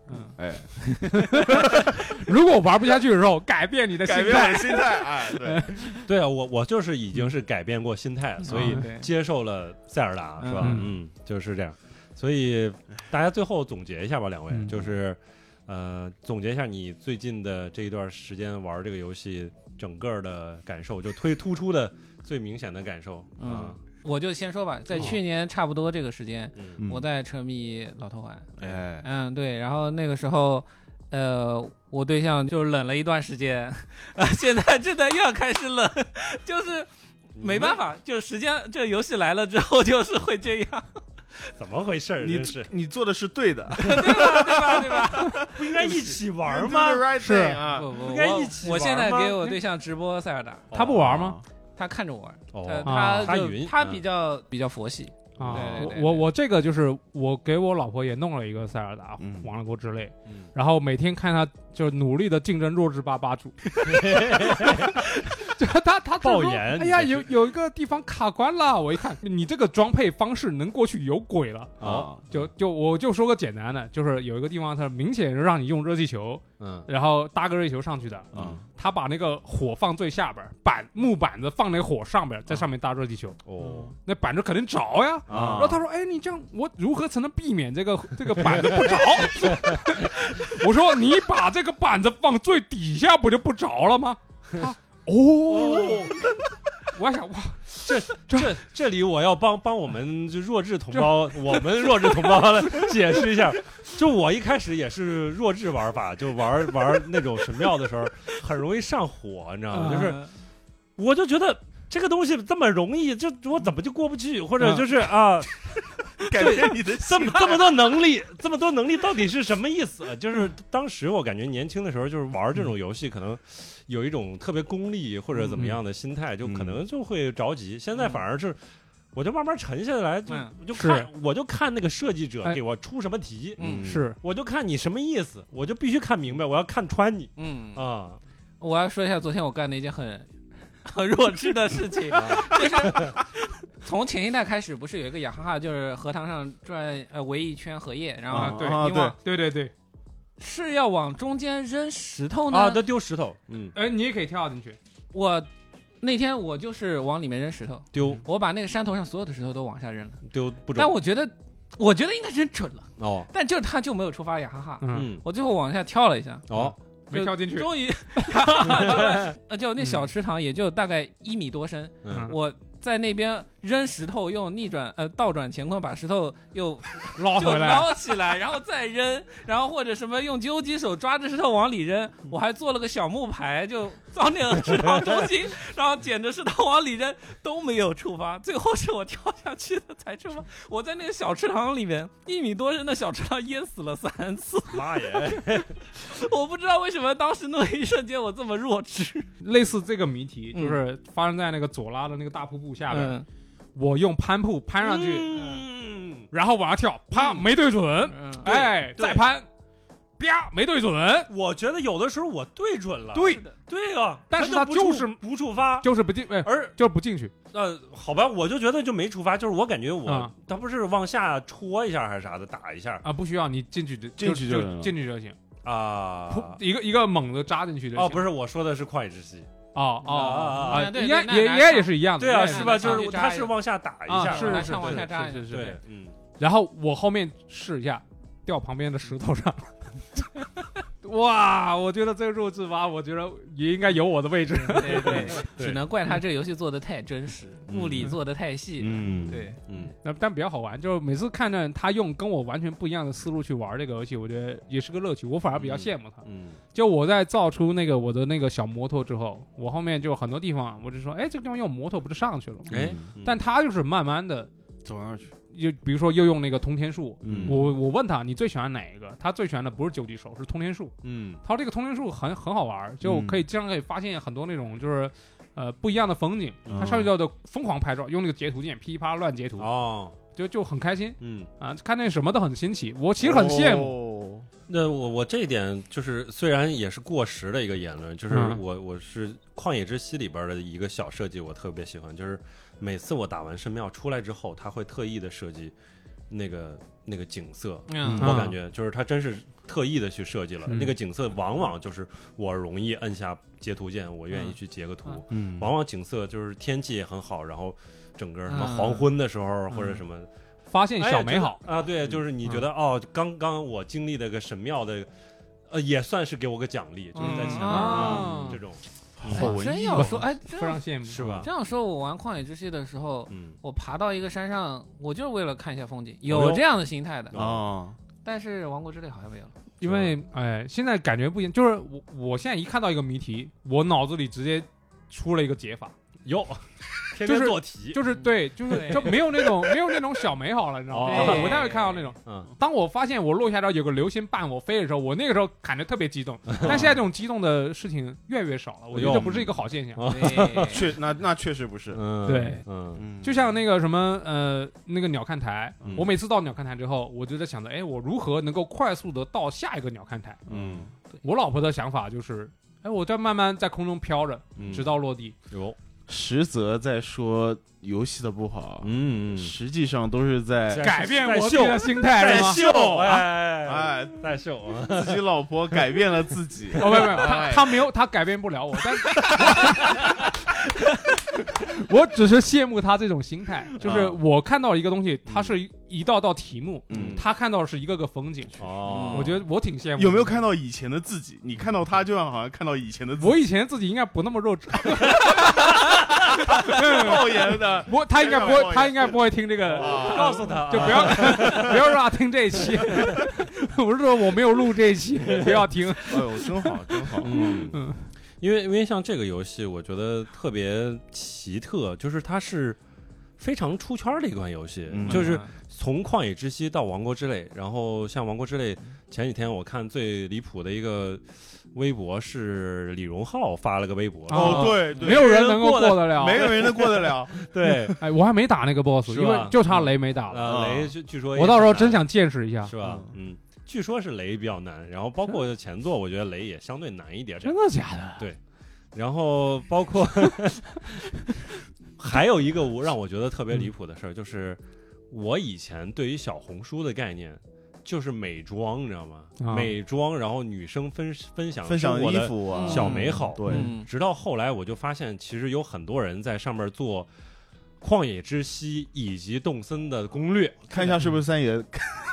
C: 如果玩不下去的时候，改变你的心
B: 态。哎，
A: 对啊，我就是已经是改变过心态，所以接受了塞尔达，是吧？就是这样。所以大家最后总结一下吧，两位，就是总结一下你最近的这一段时间玩这个游戏整个的感受，就突出的最明显的感受。
D: 我就先说吧，在去年差不多这个时间，我在沉迷老头环。对，然后那个时候，我对象就冷了一段时间，现在真的又要开始冷，就是没办法，就时间这游戏来了之后就是会这样。
A: 怎么回事？
B: 你做的是对的，
D: 对吧？
A: 不应该一起玩吗？
C: 是
A: 啊，不应该一起玩吗？
D: 我现在给我对象直播塞尔达，
C: 他不玩吗？
D: 他看着我玩，
A: 他
D: 比较佛系
C: 啊。我这个就是我给我老婆也弄了一个塞尔达王了国之泪，然后每天看他就努力的竞争弱智88主。他
A: 爆言，
C: 哎呀，有一个地方卡关了，我一看你这个装配方式能过去有鬼了啊！我就说个简单的，就是有一个地方它明显是让你用热气球，然后搭个热气球上去的，他把那个火放最下边，木板子放那个火上边，在上面搭热气球，那板子肯定着呀。然后他说：“哎，你这样我如何才能避免这个板子不着？”我说：“你把这个板子放最底下，不就不着了吗？”我想哇，
A: 这里我要帮我们弱智同胞，我们弱智同胞来解释一下。就我一开始也是弱智玩法，就玩那种神庙的时候，很容易上火，你知道吗？就是我就觉得这个东西这么容易，就我怎么就过不去，或者就是
B: 改变你的
A: 这么多能力到底是什么意思？就是当时我感觉年轻的时候，就是玩这种游戏可能有一种特别功利或者怎么样的心态，就可能就会着急。现在反而是我就慢慢沉下来，我就看那个设计者给我出什么题，我就看你什么意思，我就必须看明白，我要看穿你。
D: 我要说一下昨天我干的一件很弱智的事情，就是从前一代开始，不是有一个雅哈哈，就是荷塘上转围一圈荷叶，然后
C: 对，
D: 是要往中间扔石头呢？
A: 他丢石头，
C: 你也可以跳进去。
D: 我那天我就是往里面扔石头，
A: 丢，
D: 我把那个山头上所有的石头都往下扔了，
A: 丢不准。
D: 但我觉得应该扔准了，但就是他就没有触发雅哈哈，我最后往下跳了一下，
C: 没跳进去，
D: 终于，就那小池塘也就大概1米多深，我在那边扔石头，用倒转乾坤把石头又
C: 捞回来，
D: 捞起来，然后再扔，然后或者什么用究极手抓着石头往里扔，我还做了个小木牌，就放那个池塘中心，然后捡着石头往里扔，都没有触发，最后是我跳下去的才触发。我在那个小池塘里面1米多深的小池塘淹死了3次，
A: 妈耶！
C: 我
D: 不知道为什么当时那一瞬间我这么弱智。
C: 类似这个谜题就是发生在那个左拉的那个大瀑布下边，我用攀瀑攀上去， 然后往上跳，啪没对准，哎，再攀。啪，没对准。
A: 我觉得有的时候我对准了，
C: 对
A: 啊，
C: 但是他就是
A: 不触发，
C: 就是不进，就是不进去。
A: 好吧，我就觉得就没触发，就是我感觉他不是往下戳一下还是啥的，打一下
C: 啊，不需要你进去就行
A: 啊，
C: 一个猛的扎进去就行。
A: 哦，不是，我说的是旷野之息。
C: 应该也是一样的。
A: 对啊，是吧？就是他是往下打一下，
C: 是
D: 往下扎，
A: 对，
C: 然后我后面试一下，掉旁边的石头上。哇，我觉得这个肉质吧，我觉得也应该有我的位置。
D: 对，只能怪他这个游戏做的太真实，物理做的太细。对，
C: 但比较好玩，就是每次看着他用跟我完全不一样的思路去玩这个游戏，我觉得也是个乐趣。我反而比较羡慕他。就我在造出我的那个小摩托之后，我后面就很多地方我就说，哎，这个地方用摩托不是上去了吗？但他就是慢慢的
B: 走上去。
C: 就比如说又用那个通天树，我问他你最喜欢哪一个？他最喜欢的不是九级手，是通天树。他说这个通天树很好玩，就经常可以发现很多那种就是不一样的风景。他上去之后就疯狂拍照，用那个截图键噼啪乱截图，就很开心。看那什么都很新奇，我其实很羡慕。
A: 那我这一点就是虽然也是过时的一个言论，就是我是旷野之息里边的一个小设计，我特别喜欢，就是每次我打完神庙出来之后，他会特意的设计那个景色，我感觉就是他真是特意的去设计了那个景色，往往就是我容易摁下截图键，我愿意去截个图，往往景色就是天气也很好，然后整个什么黄昏的时候或者什么。
C: 发现小美好
A: 啊，对，就是你觉得刚刚我经历了个神庙的，也算是给我个奖励，就是在前面这种。
B: 好文艺，
D: 我说，
C: 非常羡慕，
A: 是吧？
D: 这样说，我玩旷野之息的时候，我爬到一个山上，我就是为了看一下风景，有这样的心态的但是王国之泪好像没有了，
C: 因为现在感觉不一样，就是我现在一看到一个谜题，我脑子里直接出了一个解法。
A: 有，天天做题，
C: 就是就没有那种小美好了，你知道吗？我不太会看到那种。当我发现我落下之后有个流星伴我飞的时候，我那个时候感觉特别激动。但现在这种激动的事情越来越少了，我觉得这不是一个好现象。
B: 那确实不是。
C: 对，就像那个什么那个鸟瞰台，我每次到鸟瞰台之后，我就在想着，哎，我如何能够快速的到下一个鸟瞰台？我老婆的想法就是，哎，我在慢慢在空中飘着，直到落地。
B: 实则在说游戏的不好，实际上都是在
C: 改变我自己的心态，
A: 在秀，
B: 在秀，自己老婆改变了自己。
C: 没有，他没有，他改变不了我，但是我只是羡慕他这种心态，就是我看到一个东西，它是一道道题目，他看到的是一个个风景。我觉得我挺羡慕。
B: 有没有看到以前的自己？你看到他，就像好像看到以前的自己。
C: 我以前自己应该不那么弱智。
B: 爆言的，
C: 不，他应该不会听这个。
A: 告诉他，
C: 就不要让他听这一期。我是说我没有录这一期，不要听。
B: 哎呦，真好，真好。
A: 因为像这个游戏，我觉得特别奇特，就是它是非常出圈的一款游戏，就是从旷野之息到王国之泪，然后像王国之泪前几天我看最离谱的一个微博是李荣浩发了个微博，
B: 对，
C: 没有人能够过得了，
B: 没有人能过得了。
A: 对，
C: 我还没打那个 boss， 因为就差雷没打
A: 了。雷据说
C: 我到时候真想见识一下，
A: 是吧？据说是雷比较难，然后包括前作，我觉得雷也相对难一点。
C: 真的假的？
A: 对，然后包括还有一个让我觉得特别离谱的事儿，就是我以前对于小红书的概念就是美妆，你知道吗？美妆，然后女生分享
B: 衣服啊，
A: 小美好。
B: 对，
A: 直到后来我就发现，其实有很多人在上面做旷野之息以及动森的攻略，
B: 看一下是不是三爷。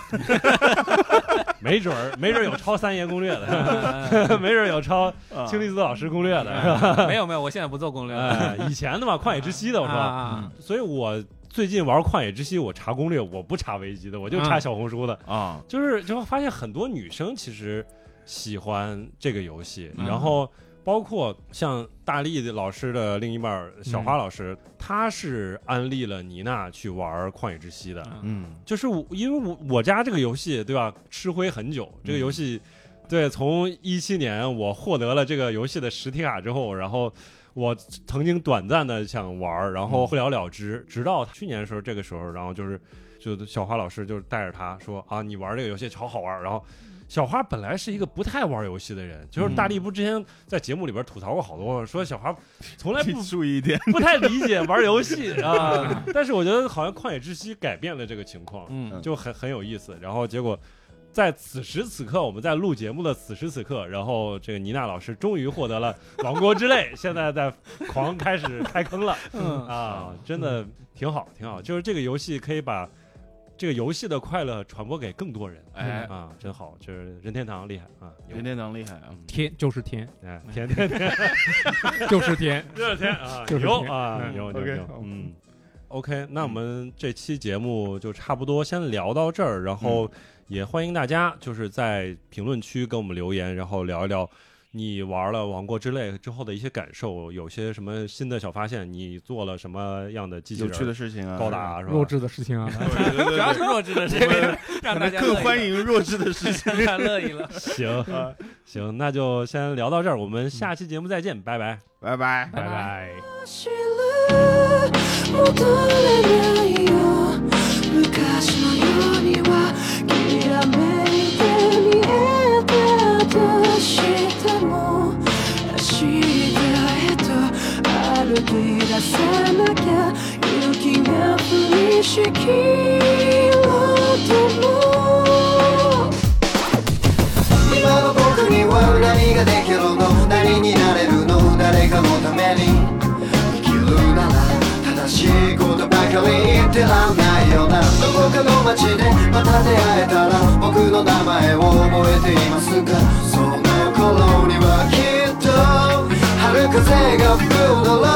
A: 没准有抄三爷攻略的，没准有抄青离子老师攻略的，是吧？
D: 没有，我现在不做攻略。
A: 以前的嘛，旷野之息的，我说，所以我最近玩旷野之息，我查攻略，我不查维基的，我就查小红书的啊。就发现很多女生其实喜欢这个游戏，然后包括像大力的老师的另一半小花老师，他是安利了妮娜去玩旷野之息的。就是因为我家这个游戏，对吧，吃灰很久，这个游戏对，从17年我获得了这个游戏的实体卡之后，然后我曾经短暂的想玩，然后不了了之，直到去年的时候，这个时候，然后就小花老师就带着他说啊，你玩这个游戏超好玩，然后。小花本来是一个不太玩游戏的人，就是大力不之前在节目里边吐槽过好多，说小花从来不
B: 注意一点，
A: 不太理解玩游戏啊。但是我觉得好像旷野之息改变了这个情况，就很有意思。然后结果在此时此刻，我们在录节目的此时此刻，然后这个妮娜老师终于获得了王国之泪，现在在狂开始开坑了，真的挺好，就是这个游戏可以把。这个游戏的快乐传播给更多人，真好，就是任天堂厉害啊！
B: 任天堂厉害啊！
C: 天就是天，
A: 天
C: 就是天，
A: 就是天啊！牛，OK，那我们这期节目就差不多先聊到这儿，然后也欢迎大家就是在评论区给我们留言，然后聊一聊。你玩了王国之泪之后的一些感受，有些什么新的小发现？你做了什么样的机器人
B: 有趣的事情啊？
A: 高达是吧？
C: 弱智的事情啊，
D: 主要是弱智的事情，让大家
B: 更欢迎弱智的事情，
D: 太乐意了。
A: 行，那就先聊到这儿，我们下期节目再见，拜拜，
B: 拜拜，
A: 拜拜。
E: 歩き出さなきゃ勇気が降りしきろうとも今の僕には何ができるの何になれるの誰かのために生きるなら正しいことばかり言ってらんないよなどこかの街でまた出会えたら僕の名前を覚えていますかそんな頃にはきっと春風が吹くだろう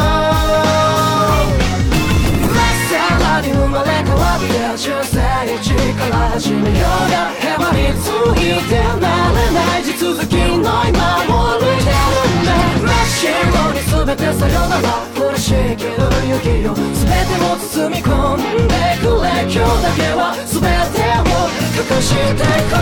E: さらに生まれ変わって10歳一から始めようがへばりついてなれない地続きの今を歩いてるんだ真っ白に全てさよなら降りしきる雪よ全てを包み込んでくれ今日だけは全てを隠して